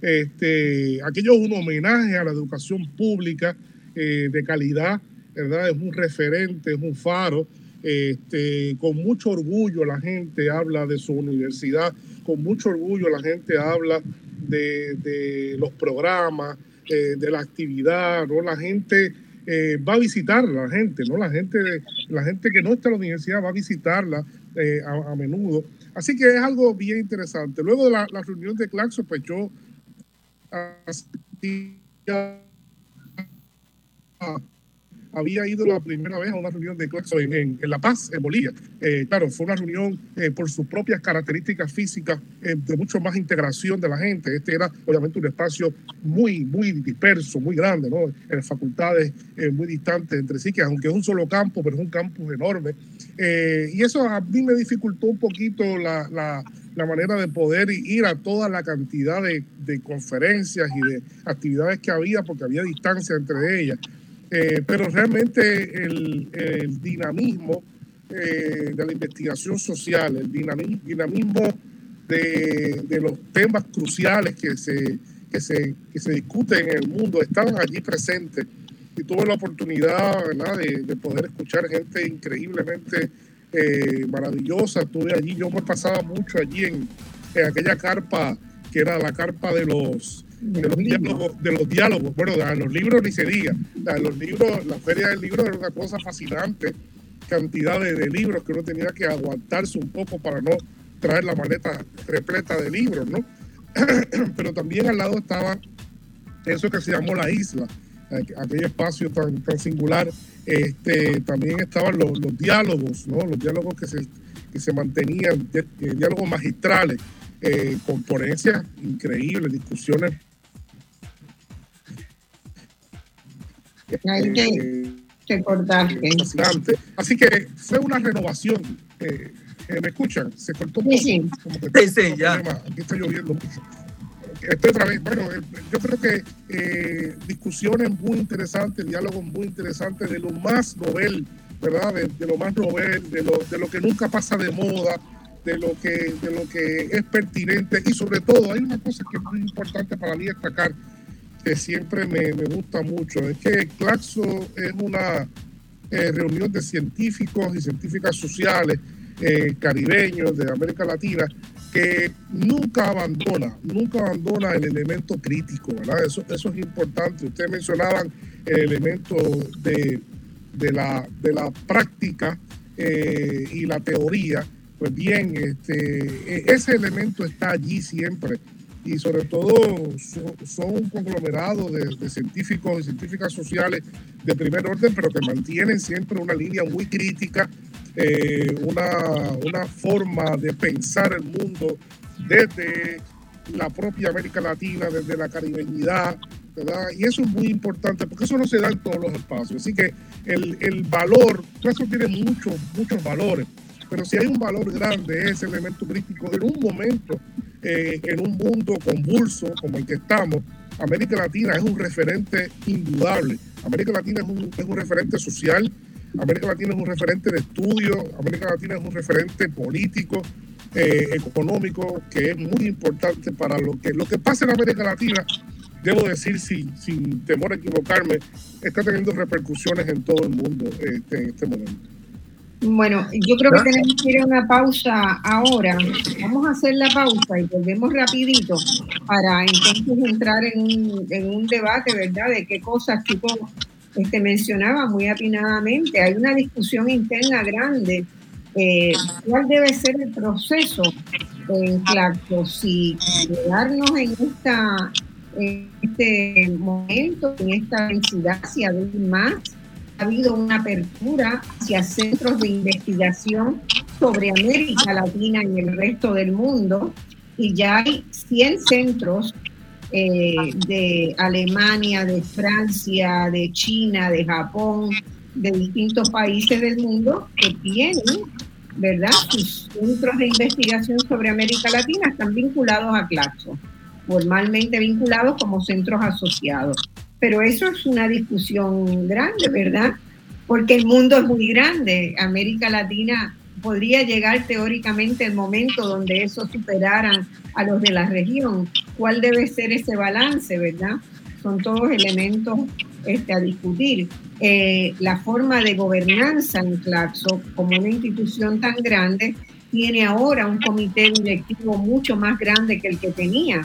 este, aquello es un homenaje a la educación pública eh, de calidad, ¿verdad? Es un referente, es un faro. Este, con mucho orgullo la gente habla de su universidad, con mucho orgullo la gente habla de, de los programas, eh, de la actividad, ¿no? La gente eh, va a visitarla, la gente, ¿no? La gente, la gente que no está en la universidad va a visitarla eh, a, a menudo. Así que es algo bien interesante. Luego de la, la reunión de Claxo, pues yo asistía a había ido la primera vez a una reunión de Claxo en, en, en La Paz, en Bolivia. Eh, claro, fue una reunión eh, por sus propias características físicas eh, de mucho más integración de la gente. Este era obviamente un espacio muy, muy disperso, muy grande, ¿no? En facultades eh, muy distantes entre sí, que aunque es un solo campo, pero es un campus enorme. Eh, y eso a mí me dificultó un poquito la, la, la manera de poder ir a toda la cantidad de, de conferencias y de actividades que había, porque había distancia entre ellas. Eh, pero realmente el, el dinamismo eh, de la investigación social, el dinamismo, dinamismo de, de los temas cruciales que se, que, se, que se discuten en el mundo estaban allí presentes. Y tuve la oportunidad, ¿verdad?, de, de poder escuchar gente increíblemente eh, maravillosa. Estuve allí, yo me pasaba mucho allí en, en aquella carpa que era la carpa de los, de los diálogos, de los diálogos. Bueno, de los libros ni se diga. De los libros, la feria del libro era una cosa fascinante. Cantidad de, de libros que uno tenía que aguantarse un poco para no traer la maleta repleta de libros, ¿no? Pero también al lado estaba eso que se llamó la isla, aquel espacio tan, tan singular. Este, también estaban los, los diálogos, ¿no? Los diálogos que se, que se mantenían, de, de, diálogos magistrales, eh, con ponencias increíbles, discusiones. Ahí te, te cortaste. Fascinante. Así que fue una renovación. Eh, eh, ¿Me escuchan? Se cortó un poco. Sí, sí. Como que sí, sí, ya. Aquí está lloviendo mucho. Estoy otra vez. Bueno, yo creo que eh, discusiones muy interesantes, diálogos muy interesantes de lo más novel, ¿verdad? De, de lo más novel, de lo, de lo que nunca pasa de moda, de lo que de lo que es pertinente. Y sobre todo, hay una cosa que es muy importante para mí destacar, que siempre me, me gusta mucho, es que Claxo es una eh, reunión de científicos y científicas sociales eh, caribeños de América Latina, que nunca abandona, nunca abandona el elemento crítico, ¿verdad? Eso, eso es importante. Ustedes mencionaban el elemento de, de, la, de la práctica eh, y la teoría. Pues bien, este, ese elemento está allí siempre, y sobre todo son, son un conglomerado de, de científicos y científicas sociales de primer orden, pero que mantienen siempre una línea muy crítica, eh, una, una forma de pensar el mundo desde la propia América Latina, desde la caribeñidad, ¿verdad? Y eso es muy importante, porque eso no se da en todos los espacios. Así que el, el valor, eso tiene muchos, muchos valores, pero si hay un valor grande, ese elemento crítico, en un momento, eh, en un mundo convulso como el que estamos, América Latina es un referente indudable. América Latina es un, es un referente social, América Latina es un referente de estudio, América Latina es un referente político, eh, económico, que es muy importante para lo que, lo que pasa en América Latina. Debo decir, sin, sin temor a equivocarme, está teniendo repercusiones en todo el mundo este, en este momento. Bueno, yo creo que tenemos que ir a una pausa ahora. Vamos a hacer la pausa y volvemos rapidito para entonces entrar en un, en un debate, ¿verdad? De qué cosas Chico este, mencionaba muy atinadamente. Hay una discusión interna grande. Eh, ¿Cuál debe ser el proceso en Claxo? Si quedarnos en, esta, en este momento, en esta densidad, si abrir más. Ha habido una apertura hacia centros de investigación sobre América Latina y el resto del mundo, y ya hay cien centros eh, de Alemania, de Francia, de China, de Japón, de distintos países del mundo que tienen, ¿verdad?, sus centros de investigación sobre América Latina, están vinculados a Claxo, formalmente vinculados como centros asociados. Pero eso es una discusión grande, ¿verdad? Porque el mundo es muy grande. América Latina podría llegar teóricamente el momento donde esos superaran a los de la región. ¿Cuál debe ser ese balance, verdad? Son todos elementos este, a discutir. Eh, la forma de gobernanza en Claxo, como una institución tan grande, tiene ahora un comité directivo mucho más grande que el que tenía.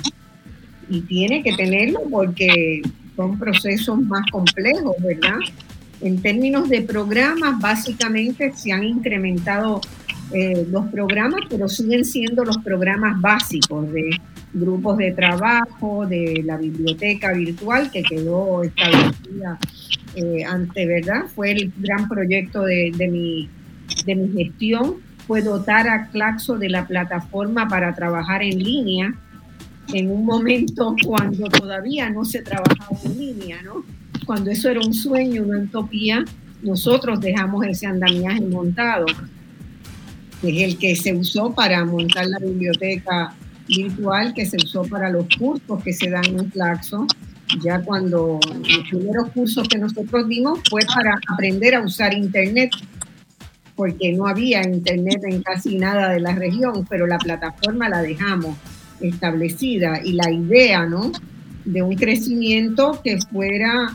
Y tiene que tenerlo porque son procesos más complejos, ¿verdad? En términos de programas, básicamente se han incrementado eh, los programas, pero siguen siendo los programas básicos de grupos de trabajo, de la biblioteca virtual que quedó establecida eh, ante, ¿verdad? Fue el gran proyecto de, de, mi, de mi gestión, fue dotar a Claxo de la plataforma para trabajar en línea, en un momento cuando todavía no se trabajaba en línea, ¿no? Cuando eso era un sueño, una utopía, nosotros dejamos ese andamiaje montado. que es el que se usó para montar la biblioteca virtual, que se usó para los cursos que se dan en Claxo. Ya cuando los primeros cursos que nosotros dimos fue para aprender a usar Internet, porque no había Internet en casi nada de la región, pero la plataforma la dejamos establecida y la idea, ¿no?, de un crecimiento que fuera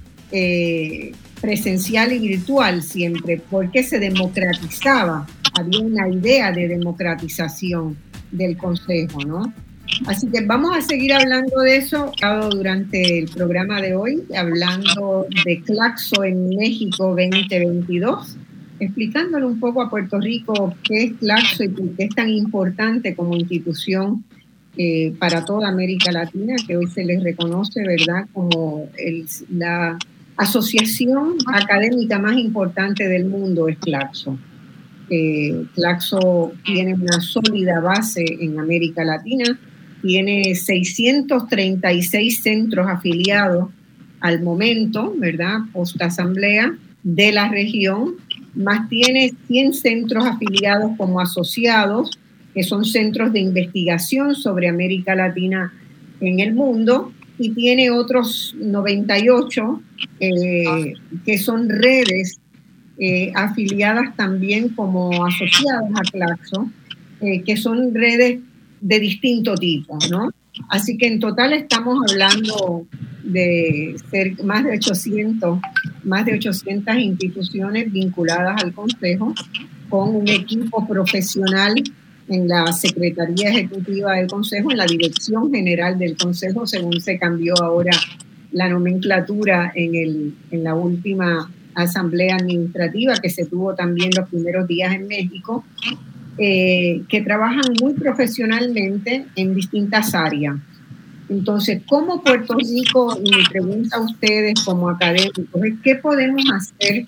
eh, presencial y virtual siempre, porque se democratizaba, había una idea de democratización del Consejo, ¿no? Así que vamos a seguir hablando de eso durante el programa de hoy, hablando de Claxo en México veinte veintidós, explicándole un poco a Puerto Rico qué es Claxo y por qué es tan importante como institución eh, para toda América Latina, que hoy se les reconoce, ¿verdad?, como el, la asociación académica más importante del mundo es Claxo. Eh, Claxo tiene una sólida base en América Latina, tiene seiscientos treinta y seis centros afiliados al momento, ¿verdad?, post-asamblea de la región, más tiene cien centros afiliados como asociados, que son centros de investigación sobre América Latina en el mundo, y tiene otros noventa y ocho eh, que son redes eh, afiliadas también como asociadas a Claxo, eh, que son redes de distinto tipo, ¿no? Así que en total estamos hablando de ser más de ochocientos, más de ochocientas instituciones vinculadas al Consejo, con un equipo profesional en la Secretaría Ejecutiva del Consejo, en la Dirección General del Consejo, según se cambió ahora la nomenclatura en, el, en la última asamblea administrativa que se tuvo también los primeros días en México, eh, que trabajan muy profesionalmente en distintas áreas. Entonces, ¿cómo Puerto Rico, y me pregunta a ustedes como académicos, qué podemos hacer?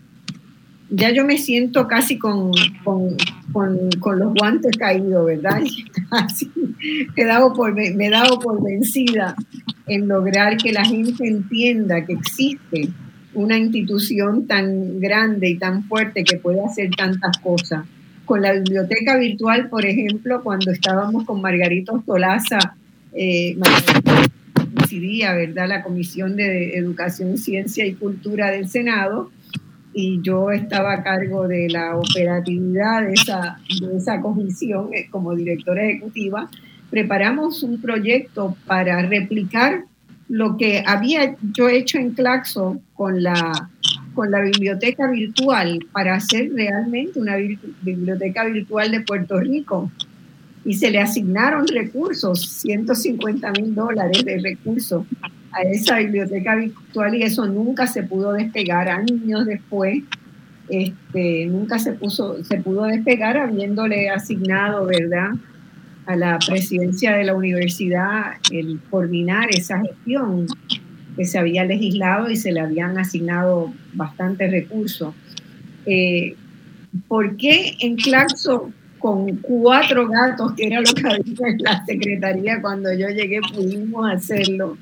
Ya yo me siento casi con, con, con, con los guantes caídos, ¿verdad? Así, me he dado por, me he dado por vencida en lograr que la gente entienda que existe una institución tan grande y tan fuerte que puede hacer tantas cosas. Con la biblioteca virtual, por ejemplo, cuando estábamos con Margarito Ostolaza, eh, presidía, ¿verdad?, la Comisión de Educación, Ciencia y Cultura del Senado, y yo estaba a cargo de la operatividad de esa, de esa comisión eh, como directora ejecutiva. Preparamos un proyecto para replicar lo que había yo hecho en Claxo con la, con la biblioteca virtual, para hacer realmente una biblioteca virtual de Puerto Rico. Y se le asignaron recursos, ciento cincuenta mil dólares de recursos a esa biblioteca virtual, y eso nunca se pudo despegar. Años después, este, nunca se, puso, se pudo despegar, habiéndole asignado, ¿verdad?, a la presidencia de la universidad el coordinar esa gestión que se había legislado y se le habían asignado bastantes recursos. Eh, ¿Por qué en Claxo, con cuatro gatos, que era lo que había en la secretaría cuando yo llegué, pudimos hacerlo?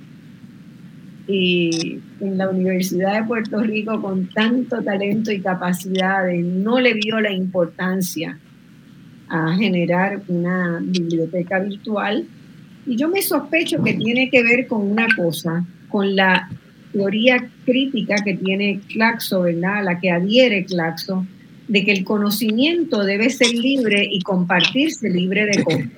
Y en la Universidad de Puerto Rico, con tanto talento y capacidades, no le vio la importancia a generar una biblioteca virtual. Y yo me sospecho que tiene que ver con una cosa, con la teoría crítica que tiene Claxo, ¿verdad?, a la que adhiere Claxo, de que el conocimiento debe ser libre y compartirse libre de costo.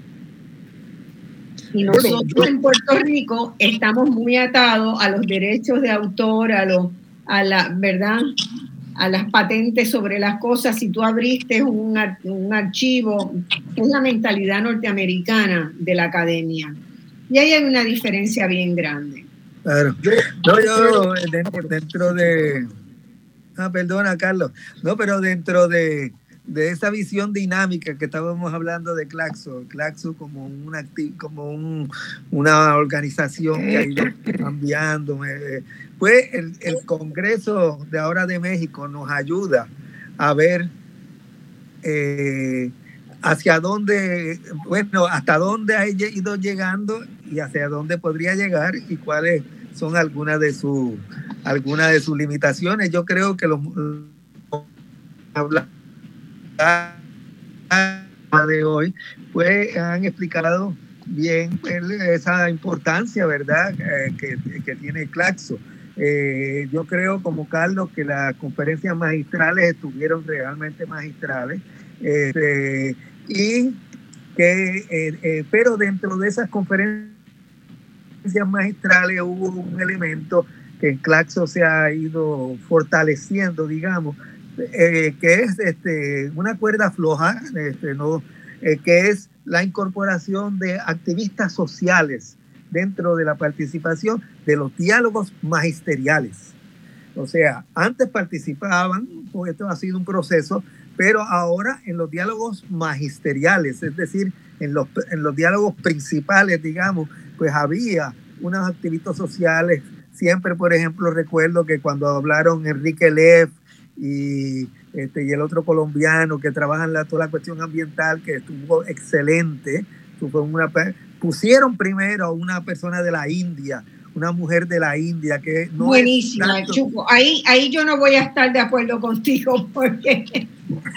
Y nosotros en Puerto Rico estamos muy atados a los derechos de autor, a los, a la, ¿verdad?, a las patentes sobre las cosas. Si tú abriste un, un archivo, es la mentalidad norteamericana de la academia. Y ahí hay una diferencia bien grande. Claro. No, yo dentro, dentro de... Ah, perdona, Carlos. No, pero dentro de, de esa visión dinámica que estábamos hablando de Claxo, Claxo como, una, como un, una organización que ha ido cambiando, eh, pues el, el Congreso de ahora de México nos ayuda a ver eh, hacia dónde, bueno, hasta dónde ha ido llegando y hacia dónde podría llegar y cuáles son algunas de sus algunas de sus limitaciones. Yo creo que los hablar de hoy, pues han explicado bien esa importancia, ¿verdad?, eh, que, que tiene Claxo. Eh, yo creo, como Carlos, que las conferencias magistrales estuvieron realmente magistrales, eh, y que, eh, eh, pero dentro de esas conferencias magistrales hubo un elemento que en Claxo se ha ido fortaleciendo, digamos, eh, que es este, una cuerda floja, este, no, eh, que es la incorporación de activistas sociales dentro de la participación de los diálogos magisteriales. O sea, antes participaban, pues esto ha sido un proceso, pero ahora en los diálogos magisteriales, es decir, en los, en los diálogos principales, digamos, pues había unos activistas sociales. Siempre, por ejemplo, recuerdo que cuando hablaron Enrique Leff y, este, y el otro colombiano que trabaja en la, toda la cuestión ambiental, que estuvo excelente, fue una, pusieron primero a una persona de la India, una mujer de la India que no buenísima, es tanto... Chuco. Ahí, ahí yo no voy a estar de acuerdo contigo porque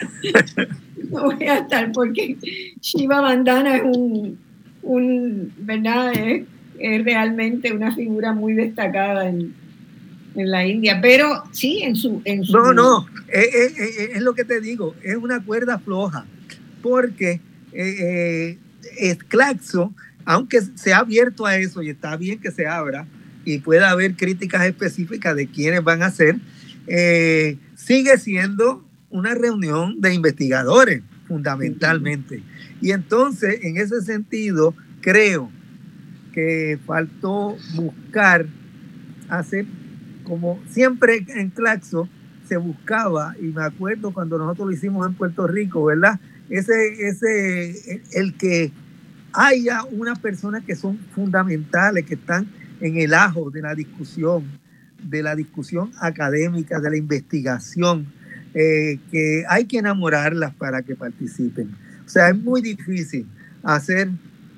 no voy a estar porque Shiva Bandana es un, un ¿verdad? Es, es realmente una figura muy destacada en, en la India, pero sí, en su... En su... No, no, es, es, es lo que te digo, es una cuerda floja, porque eh, eh, es Claxo, aunque se ha abierto a eso y está bien que se abra y pueda haber críticas específicas de quiénes van a ser, eh, sigue siendo una reunión de investigadores fundamentalmente. Y entonces, en ese sentido, creo que faltó buscar hacer, como siempre en Claxo se buscaba, y me acuerdo cuando nosotros lo hicimos en Puerto Rico, ¿verdad? Ese, ese, el que haya unas personas que son fundamentales, que están en el ajo de la discusión, de la discusión académica, de la investigación, eh, que hay que enamorarlas para que participen. O sea, es muy difícil hacer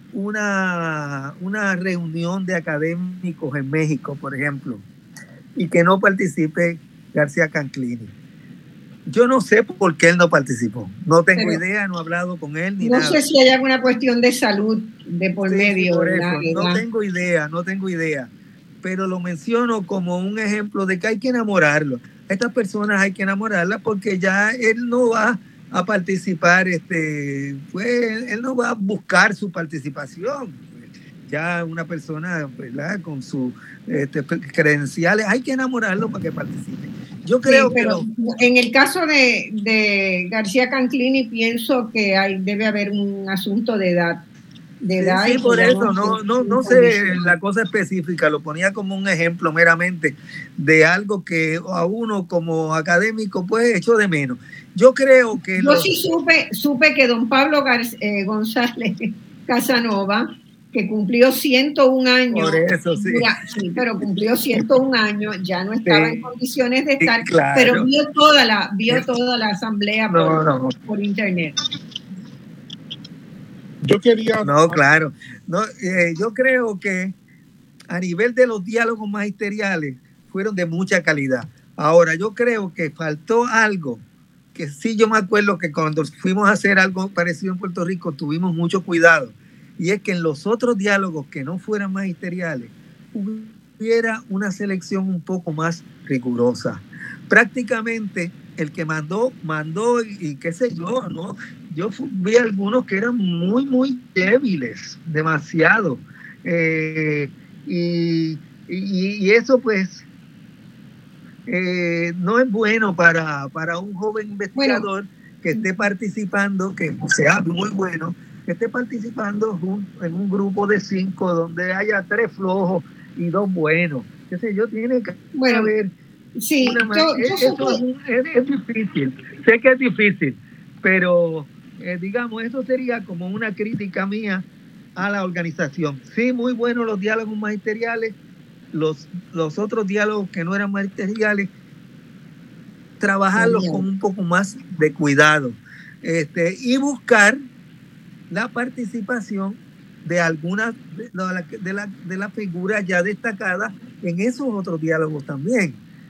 una, una reunión de académicos en México, por ejemplo, y que no participe García Canclini. Yo no sé por qué él no participó. No tengo Pero, idea, no he hablado con él ni no nada. No sé si hay alguna cuestión de salud de por sí, medio. Por eso, ¿verdad? no tengo idea, no tengo idea. Pero lo menciono como un ejemplo de que hay que enamorarlo. A estas personas hay que enamorarlas porque ya él no va a participar, este, pues, él no va a buscar su participación. Ya una persona, ¿verdad?, con sus este, credenciales, hay que enamorarlo para que participe. Yo creo sí, pero que lo... en el caso de, de García Canclini pienso que hay, debe haber un asunto de edad. De edad sí, sí, por eso, no, no, no, no sé la cosa específica, lo ponía como un ejemplo meramente de algo que a uno como académico pues echó de menos. Yo creo que... Yo los... sí supe, supe que don Pablo Gar- eh, González Casanova, que cumplió ciento un años. Por eso, sí. Mira, sí, pero cumplió ciento un años, ya no estaba sí, en condiciones de estar, sí, claro. pero vio toda la, vio toda la asamblea no, por, no. por internet. Yo quería... No, claro. No, eh, yo creo que a nivel de los diálogos magisteriales fueron de mucha calidad. Ahora, yo creo que faltó algo que sí yo me acuerdo que cuando fuimos a hacer algo parecido en Puerto Rico tuvimos mucho cuidado. Y es que en los otros diálogos que no fueran magisteriales hubiera una selección un poco más rigurosa. Prácticamente el que mandó, mandó y, y qué sé yo, ¿no? Yo vi algunos que eran muy, muy débiles, demasiado. Eh, y, y, y eso pues eh, no es bueno para, para un joven investigador bueno. que esté participando, que sea muy bueno, que esté participando en un grupo de cinco donde haya tres flojos y dos buenos. Qué sé yo, tiene que bueno, haber sí, una yo, yo eso supo... es, es, es difícil, sé que es difícil, pero eh, digamos, eso sería como una crítica mía a la organización. Sí, muy buenos los diálogos magisteriales, los, los otros diálogos que no eran magisteriales, trabajarlos con un poco más de cuidado, este, y buscar la participación de algunas de la, de la, de la figura ya destacada en esos otros diálogos también.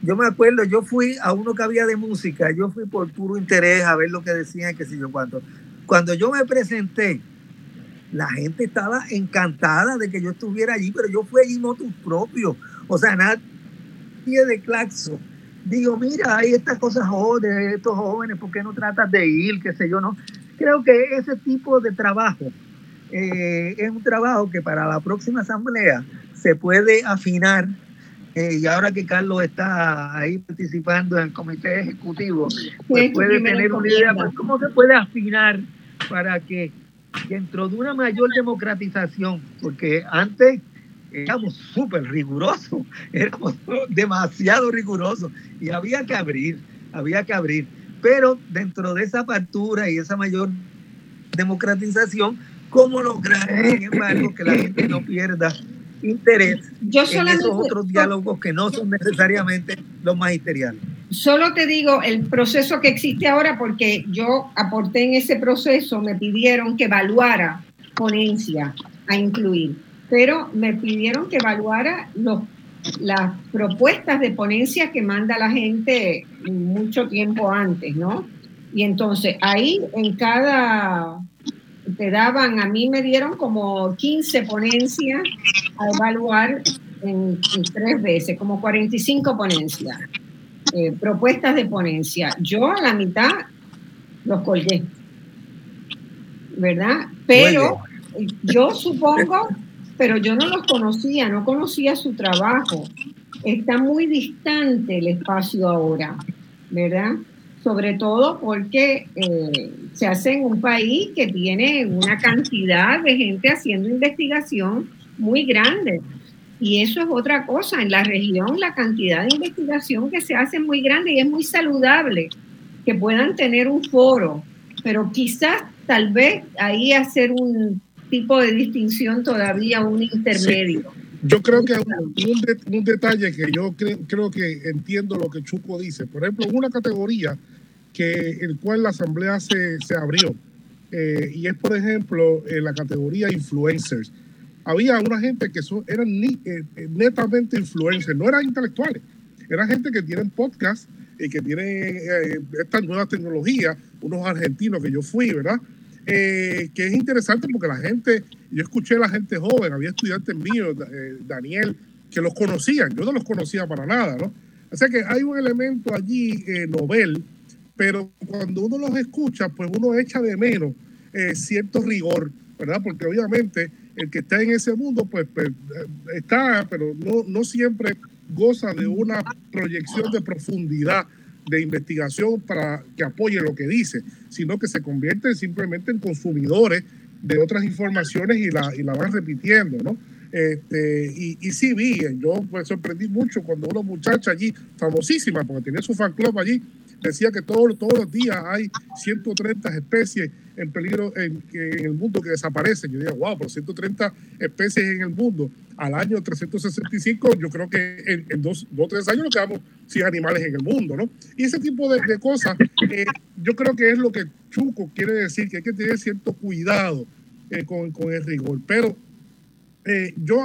yo me acuerdo, yo fui a uno que había de música, yo fui por puro interés a ver lo que decían, qué sé yo cuánto. Cuando yo me presenté, la gente estaba encantada de que yo estuviera allí, pero yo fui allí motu propio. O sea, nadie de Claxo. Digo, mira, hay estas cosas jóvenes, estos jóvenes, ¿por qué no tratas de ir? Qué sé yo, ¿no? Creo que ese tipo de trabajo eh, es un trabajo que para la próxima asamblea se puede afinar. Eh, y ahora que Carlos está ahí participando en el comité ejecutivo, pues puede tener una idea de cómo se puede afinar para que dentro de una mayor democratización, porque antes éramos súper rigurosos, éramos demasiado rigurosos y había que abrir, había que abrir. Pero dentro de esa apertura y esa mayor democratización, ¿cómo lograr, sin embargo, que la gente no pierda interés Yo en esos otros diálogos que no son necesariamente los magisteriales? Solo te digo el proceso que existe ahora, porque yo aporté en ese proceso, me pidieron que evaluara ponencia a incluir, pero me pidieron que evaluara los, las propuestas de ponencia que manda la gente mucho tiempo antes, ¿no? Y entonces ahí en cada, te daban, a mí me dieron como quince ponencias a evaluar en, en tres veces, como cuarenta y cinco ponencias. Eh, propuestas de ponencia. Yo a la mitad los colgué, ¿verdad? Pero yo supongo, pero yo no los conocía, no conocía su trabajo. Está muy distante el espacio ahora, ¿verdad? Sobre todo porque eh, se hace en un país que tiene una cantidad de gente haciendo investigación muy grande. Y eso es otra cosa. En la región la cantidad de investigación que se hace es muy grande y es muy saludable que puedan tener un foro, pero quizás tal vez ahí hacer un tipo de distinción todavía, un intermedio. Sí. Yo creo que un, de, un detalle que yo creo, creo que entiendo lo que Chuco dice. Por ejemplo, una categoría que el cual la asamblea se, se abrió eh, y es, por ejemplo, eh, la categoría influencers. Había una gente que son, eran ni, eh, netamente influencers, no eran intelectuales, eran gente que tienen podcast y que tienen eh, estas nuevas tecnologías, unos argentinos que yo fui, ¿verdad? Eh, que es interesante porque la gente, yo escuché a la gente joven, había estudiantes míos, eh, Daniel, que los conocían, yo no los conocía para nada, ¿no? O sea que hay un elemento allí eh, novel, pero cuando uno los escucha, pues uno echa de menos eh, cierto rigor, ¿verdad? Porque obviamente el que está en ese mundo, pues, pues está, pero no, no siempre goza de una proyección de profundidad de investigación para que apoye lo que dice, sino que se convierten simplemente en consumidores de otras informaciones y la, y la van repitiendo, ¿no? Este, y, y sí vi, yo pues sorprendí mucho cuando una muchacha allí, famosísima, porque tenía su fan club allí, decía que todo, todos los días hay ciento treinta especies en peligro en, en el mundo que desaparecen. Yo digo, wow, pero ciento treinta especies en el mundo, al año trescientos sesenta y cinco, yo creo que en, en dos o tres años nos quedamos sin animales en el mundo, ¿no? Y ese tipo de, de cosas, eh, yo creo que es lo que Chuco quiere decir, que hay que tener cierto cuidado eh, con, con el rigor. Pero eh, yo,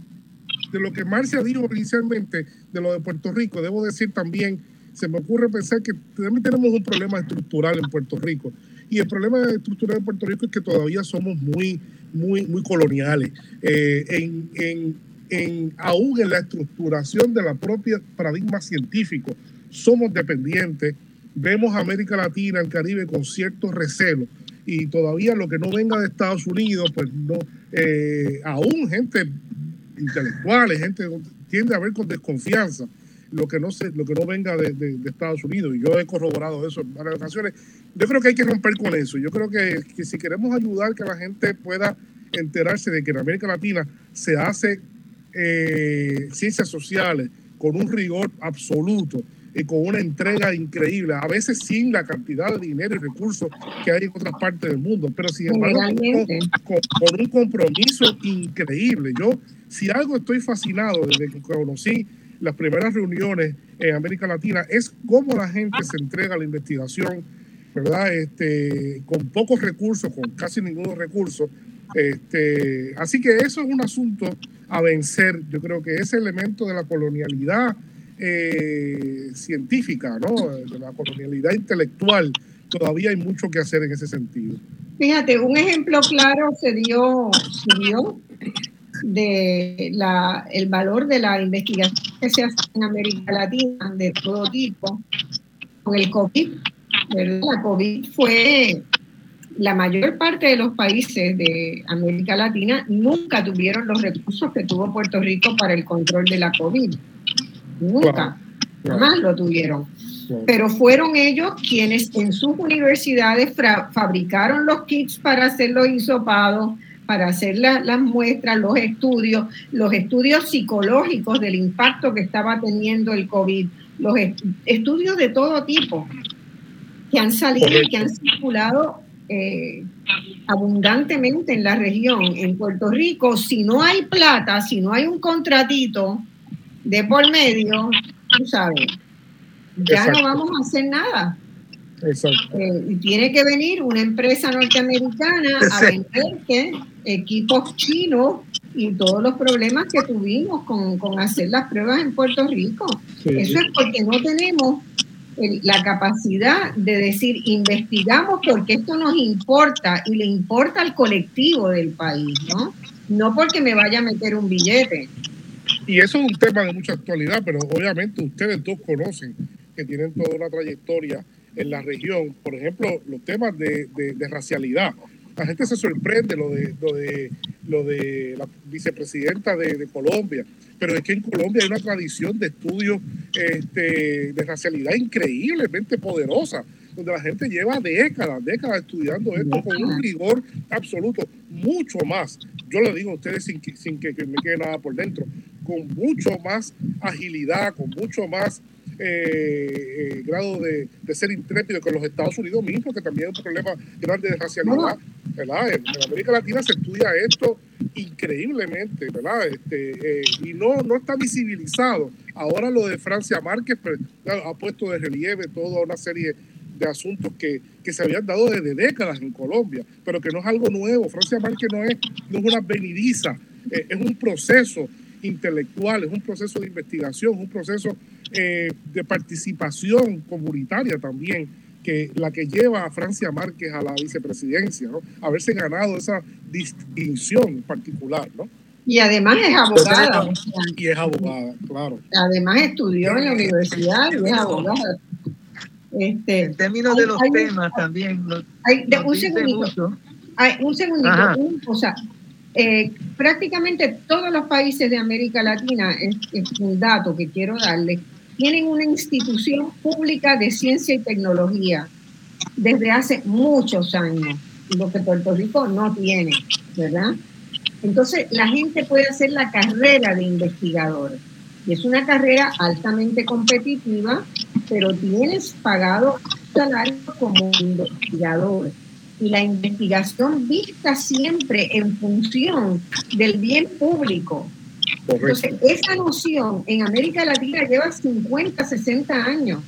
de lo que Marcia dijo inicialmente, de lo de Puerto Rico, debo decir también, se me ocurre pensar que también tenemos un problema estructural en Puerto Rico. Y el problema estructural en Puerto Rico es que todavía somos muy, muy, muy coloniales. Eh, en, en, en, aún en la estructuración de la propia paradigma científico, somos dependientes. Vemos a América Latina, el Caribe, con cierto recelo. Y todavía lo que no venga de Estados Unidos, pues no, eh, aún gente intelectual, gente tiende a ver con desconfianza lo que no se, lo que no venga de, de, de Estados Unidos, y yo he corroborado eso en varias ocasiones. Yo creo que hay que romper con eso. Yo creo que, que si queremos ayudar que la gente pueda enterarse de que en América Latina se hace eh, ciencias sociales con un rigor absoluto y con una entrega increíble, a veces sin la cantidad de dinero y recursos que hay en otras partes del mundo, pero sin embargo con, con, con un compromiso increíble. Yo, si algo estoy fascinado desde que conocí las primeras reuniones en América Latina, es cómo la gente se entrega a la investigación, ¿verdad? Este, con pocos recursos, con casi ninguno recurso. Este, así que eso es un asunto a vencer. Yo creo que ese elemento de la colonialidad eh, científica, ¿no? De la colonialidad intelectual, todavía hay mucho que hacer en ese sentido. Fíjate, un ejemplo claro se dio, se dio de la, el valor de la investigación que se hace en América Latina de todo tipo con el COVID, ¿verdad? La COVID fue, la mayor parte de los países de América Latina nunca tuvieron los recursos que tuvo Puerto Rico para el control de la COVID. Nunca, jamás lo tuvieron. Pero fueron ellos quienes en sus universidades fabricaron los kits para hacer los hisopados, para hacer la, las muestras, los estudios, los estudios psicológicos del impacto que estaba teniendo el COVID, los est estudios de todo tipo que han salido y que han circulado eh, abundantemente en la región. En Puerto Rico, si no hay plata, si no hay un contratito de por medio, tú sabes, ya Exacto. no vamos a hacer nada. Exacto. Eh, y tiene que venir una empresa norteamericana a venderte equipos chinos y todos los problemas que tuvimos con, con hacer las pruebas en Puerto Rico. Sí. Eso es porque no tenemos el, la capacidad de decir, investigamos porque esto nos importa y le importa al colectivo del país, ¿no? No porque me vaya a meter un billete. Y eso es un tema de mucha actualidad, pero obviamente ustedes dos conocen que tienen toda una trayectoria en la región, por ejemplo, los temas de, de, de racialidad. La gente se sorprende lo de, lo de, lo de la vicepresidenta de, de Colombia, pero es que en Colombia hay una tradición de estudios este, de racialidad increíblemente poderosa, donde la gente lleva décadas, décadas estudiando esto con un rigor absoluto, mucho más, yo le digo a ustedes sin, sin que, que me quede nada por dentro, con mucho más agilidad, con mucho más Eh, eh, grado de, de ser intrépido que los Estados Unidos mismos, que también es un problema grande de racialidad, ¿verdad? En, en América Latina se estudia esto increíblemente, ¿verdad? Este, eh, y no, no está visibilizado. Ahora lo de Francia Márquez pues, ha puesto de relieve toda una serie de asuntos que, que se habían dado desde décadas en Colombia, pero que no es algo nuevo. Francia Márquez no es, no es una venidisa, eh, es un proceso intelectual, es un proceso de investigación, es un proceso eh, de participación comunitaria también, que la que lleva a Francia Márquez a la vicepresidencia, ¿no? Haberse ganado esa distinción particular, ¿no? Y además es abogada. Y es abogada, claro. Además estudió en la universidad y es abogada. Este, en términos hay, de los hay, temas hay, también. Los, hay, de, un, segundito, hay, un segundito. Una cosa. Eh, prácticamente todos los países de América Latina, es, es un dato que quiero darles, tienen una institución pública de ciencia y tecnología desde hace muchos años, lo que Puerto Rico no tiene, ¿verdad? Entonces la gente puede hacer la carrera de investigador y es una carrera altamente competitiva, pero tienes pagado salario como investigador. Y la investigación vista siempre en función del bien público. Correcto. Entonces, esa noción en América Latina lleva cincuenta, sesenta años.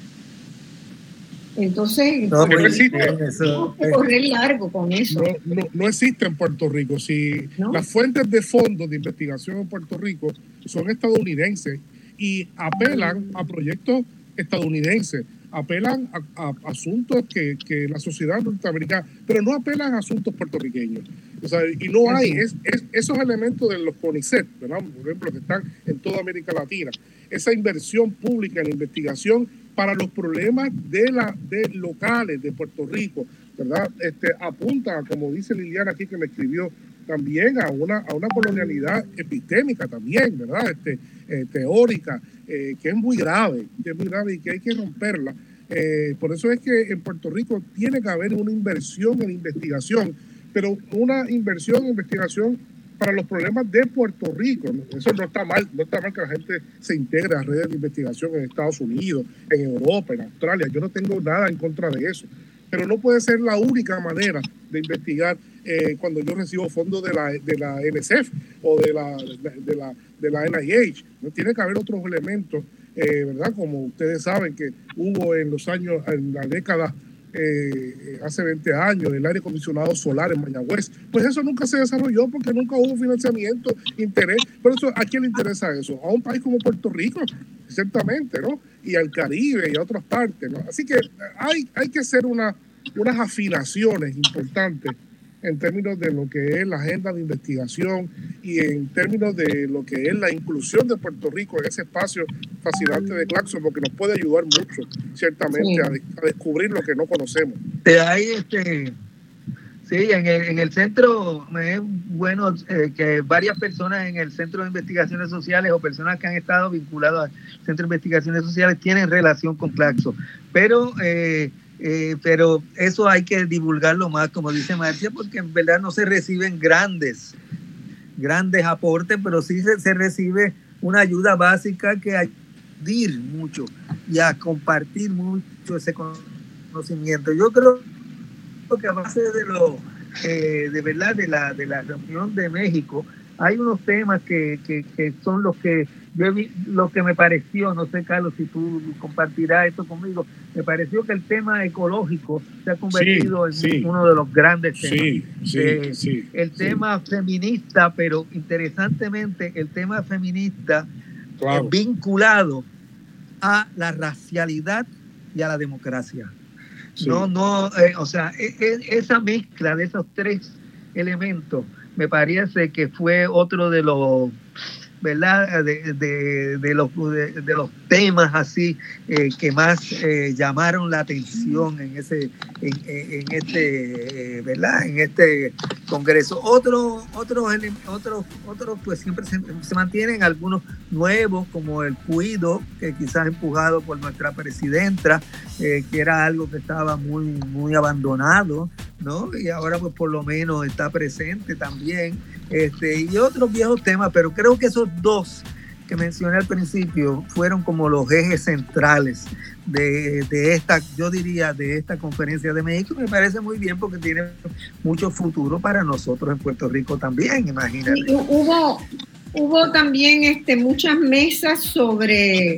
Entonces, no, no existe. Tenemos que correr largo con eso. No, no, no existe en Puerto Rico. Si ¿no? Las fuentes de fondos de investigación en Puerto Rico son estadounidenses y apelan a proyectos estadounidenses, apelan a, a asuntos que, que la sociedad norteamericana, pero no apelan a asuntos puertorriqueños. O sea, y no hay es, es, esos elementos de los CONICET, ¿verdad? Por ejemplo, que están en toda América Latina, esa inversión pública en investigación para los problemas de la de locales de Puerto Rico, ¿verdad? Este, apunta, como dice Liliana aquí que me escribió, también a una, a una colonialidad epistémica también, ¿verdad? Este, eh, teórica, eh, que es muy grave, que es muy grave y que hay que romperla. Eh, por eso es que en Puerto Rico tiene que haber una inversión en investigación, pero una inversión en investigación para los problemas de Puerto Rico. Eso no está mal, no está mal que la gente se integre a redes de investigación en Estados Unidos, en Europa, en Australia. Yo no tengo nada en contra de eso, pero no puede ser la única manera de investigar eh, cuando yo recibo fondos de la, de la N S F o de la, de la, de la N I H. ¿No? Tiene que haber otros elementos, eh, ¿verdad? Como ustedes saben que hubo en los años, en la década eh, hace veinte años, el aire acondicionado solar en Mayagüez, pues eso nunca se desarrolló porque nunca hubo financiamiento, interés. Por eso, ¿a quién le interesa eso? A un país como Puerto Rico, ciertamente, ¿no? Y al Caribe y a otras partes, ¿no? Así que hay, hay que hacer una, unas afinaciones importantes en términos de lo que es la agenda de investigación y en términos de lo que es la inclusión de Puerto Rico en ese espacio fascinante de Claxon, porque nos puede ayudar mucho, ciertamente, sí. a, a descubrir lo que no conocemos. Hay este, sí, en el, en el centro es bueno eh, que varias personas en el Centro de Investigaciones Sociales o personas que han estado vinculadas al Centro de Investigaciones Sociales tienen relación con Claxon, pero... Eh, Eh, pero eso hay que divulgarlo más, como dice Marcia, porque en verdad no se reciben grandes, grandes aportes, pero sí se, se recibe una ayuda básica que ayuda a dir mucho y a compartir mucho ese conocimiento. Yo creo que a base de lo, eh, de verdad, de la, de la reunión de México, hay unos temas que, que, que son los que yo vi, lo que me pareció, no sé, Carlos, si tú compartirás esto conmigo, me pareció que el tema ecológico se ha convertido sí, en sí. uno de los grandes temas. Sí, sí, eh, sí, el sí. tema feminista, pero interesantemente el tema feminista claro. es vinculado a la racialidad y a la democracia. Sí. No, no, eh, o sea, e, e, esa mezcla de esos tres elementos me parece que fue otro de los, ¿verdad? De, de, de, los, de, de los temas así eh, que más eh, llamaron la atención en ese, en, en este, eh, ¿verdad? En este congreso. Otros, otros, otros, otros, pues siempre se, se mantienen algunos nuevos, como el cuido, que quizás empujado por nuestra presidenta, eh, que era algo que estaba muy, muy abandonado, ¿no? Y ahora pues por lo menos está presente también, este, y otros viejos temas, pero creo que esos dos que mencioné al principio fueron como los ejes centrales de, de esta, yo diría, de esta conferencia de México. Me parece muy bien porque tiene mucho futuro para nosotros en Puerto Rico también, imagínate. Sí, hubo, hubo también este, muchas mesas sobre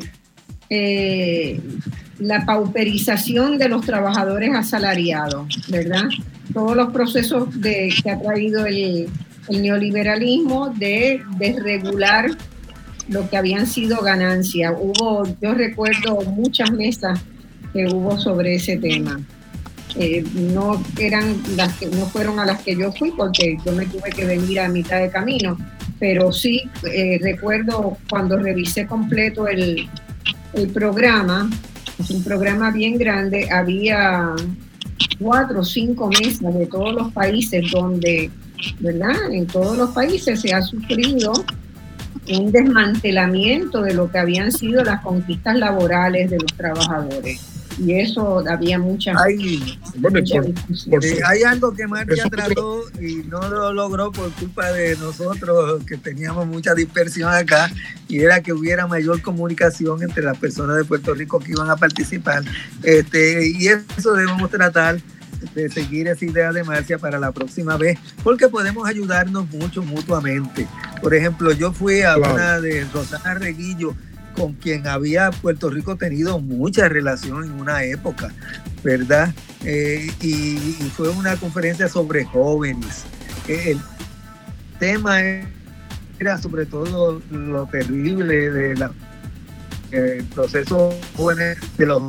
eh, la pauperización de los trabajadores asalariados, ¿verdad? Todos los procesos de, que ha traído el, el neoliberalismo de desregular lo que habían sido ganancias. Hubo, yo recuerdo muchas mesas que hubo sobre ese tema. Eh, no eran las que no fueron a las que yo fui porque yo me tuve que venir a mitad de camino, pero sí eh, recuerdo cuando revisé completo el, el programa. Es un programa bien grande, había cuatro o cinco mesas de todos los países donde, ¿verdad? En todos los países se ha sufrido un desmantelamiento de lo que habían sido las conquistas laborales de los trabajadores. Y eso había muchas... Hay, mucha eh, hay algo que Marcia trató y no lo logró por culpa de nosotros, que teníamos mucha dispersión acá, y era que hubiera mayor comunicación entre las personas de Puerto Rico que iban a participar. Este, y eso debemos tratar de seguir esa idea de Marcia para la próxima vez, porque podemos ayudarnos mucho mutuamente. Por ejemplo, yo fui a claro. una de Rosana Reguillo, con quien había Puerto Rico tenido mucha relación en una época, ¿verdad? Eh, y, y fue una conferencia sobre jóvenes. El tema era sobre todo lo terrible de la eh, proceso jóvenes de los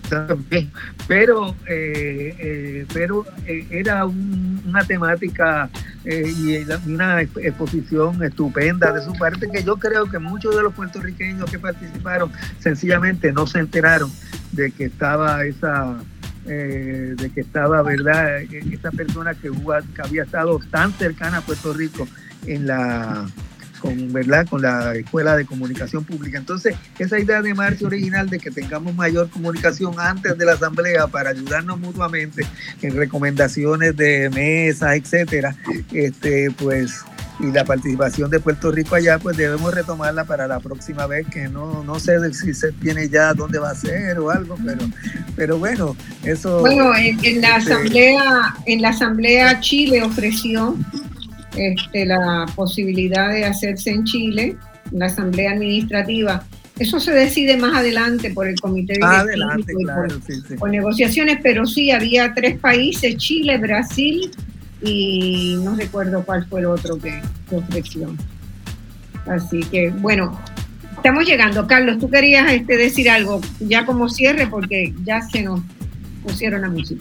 pero eh, eh, pero eh, era un, una temática eh, y una exposición estupenda de su parte, que yo creo que muchos de los puertorriqueños que participaron sencillamente no se enteraron de que estaba esa eh, de que estaba, verdad, esa persona que, hubo, que había estado tan cercana a Puerto Rico en la con verdad con la Escuela de Comunicación Pública. Entonces, esa idea de Marcia original de que tengamos mayor comunicación antes de la asamblea para ayudarnos mutuamente en recomendaciones de mesas, etcétera, este, pues, y la participación de Puerto Rico allá, pues debemos retomarla para la próxima vez, que no, no sé si se tiene ya dónde va a ser o algo, pero, pero bueno, eso... Bueno, en, en la este, asamblea, en la asamblea Chile ofreció Este, la posibilidad de hacerse en Chile, la asamblea administrativa, eso se decide más adelante por el comité directivo. Más adelante, claro, por, sí, sí. por negociaciones, pero sí, había tres países, Chile, Brasil y no recuerdo cuál fue el otro que, que ofreció. Así que, bueno, estamos llegando. Carlos, tú querías este, decir algo ya como cierre porque ya se nos pusieron la música.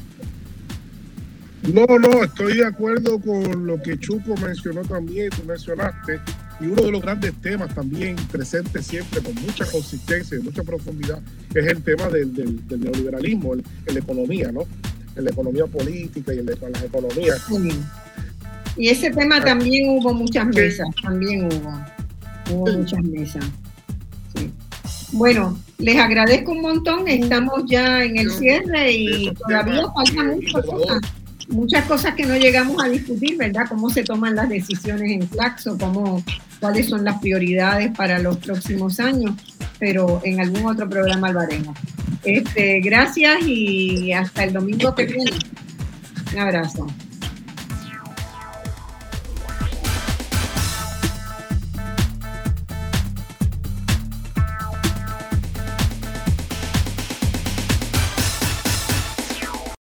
No, no, estoy de acuerdo con lo que Chuco mencionó también, tú mencionaste, y uno de los grandes temas también presente siempre con mucha consistencia y mucha profundidad es el tema del, del, del neoliberalismo en, en la economía, ¿no? En la economía política y en, la, en las economías. Sí. Y ese tema también hubo muchas mesas, también hubo, hubo muchas mesas. Sí. Bueno, les agradezco un montón, estamos ya en el cierre y todavía falta muchas cosas, muchas cosas que no llegamos a discutir, ¿verdad? Cómo se toman las decisiones en Claxo, cómo, cuáles son las prioridades para los próximos años, pero en algún otro programa lo haremos. Este, gracias y hasta el domingo que viene. Un abrazo.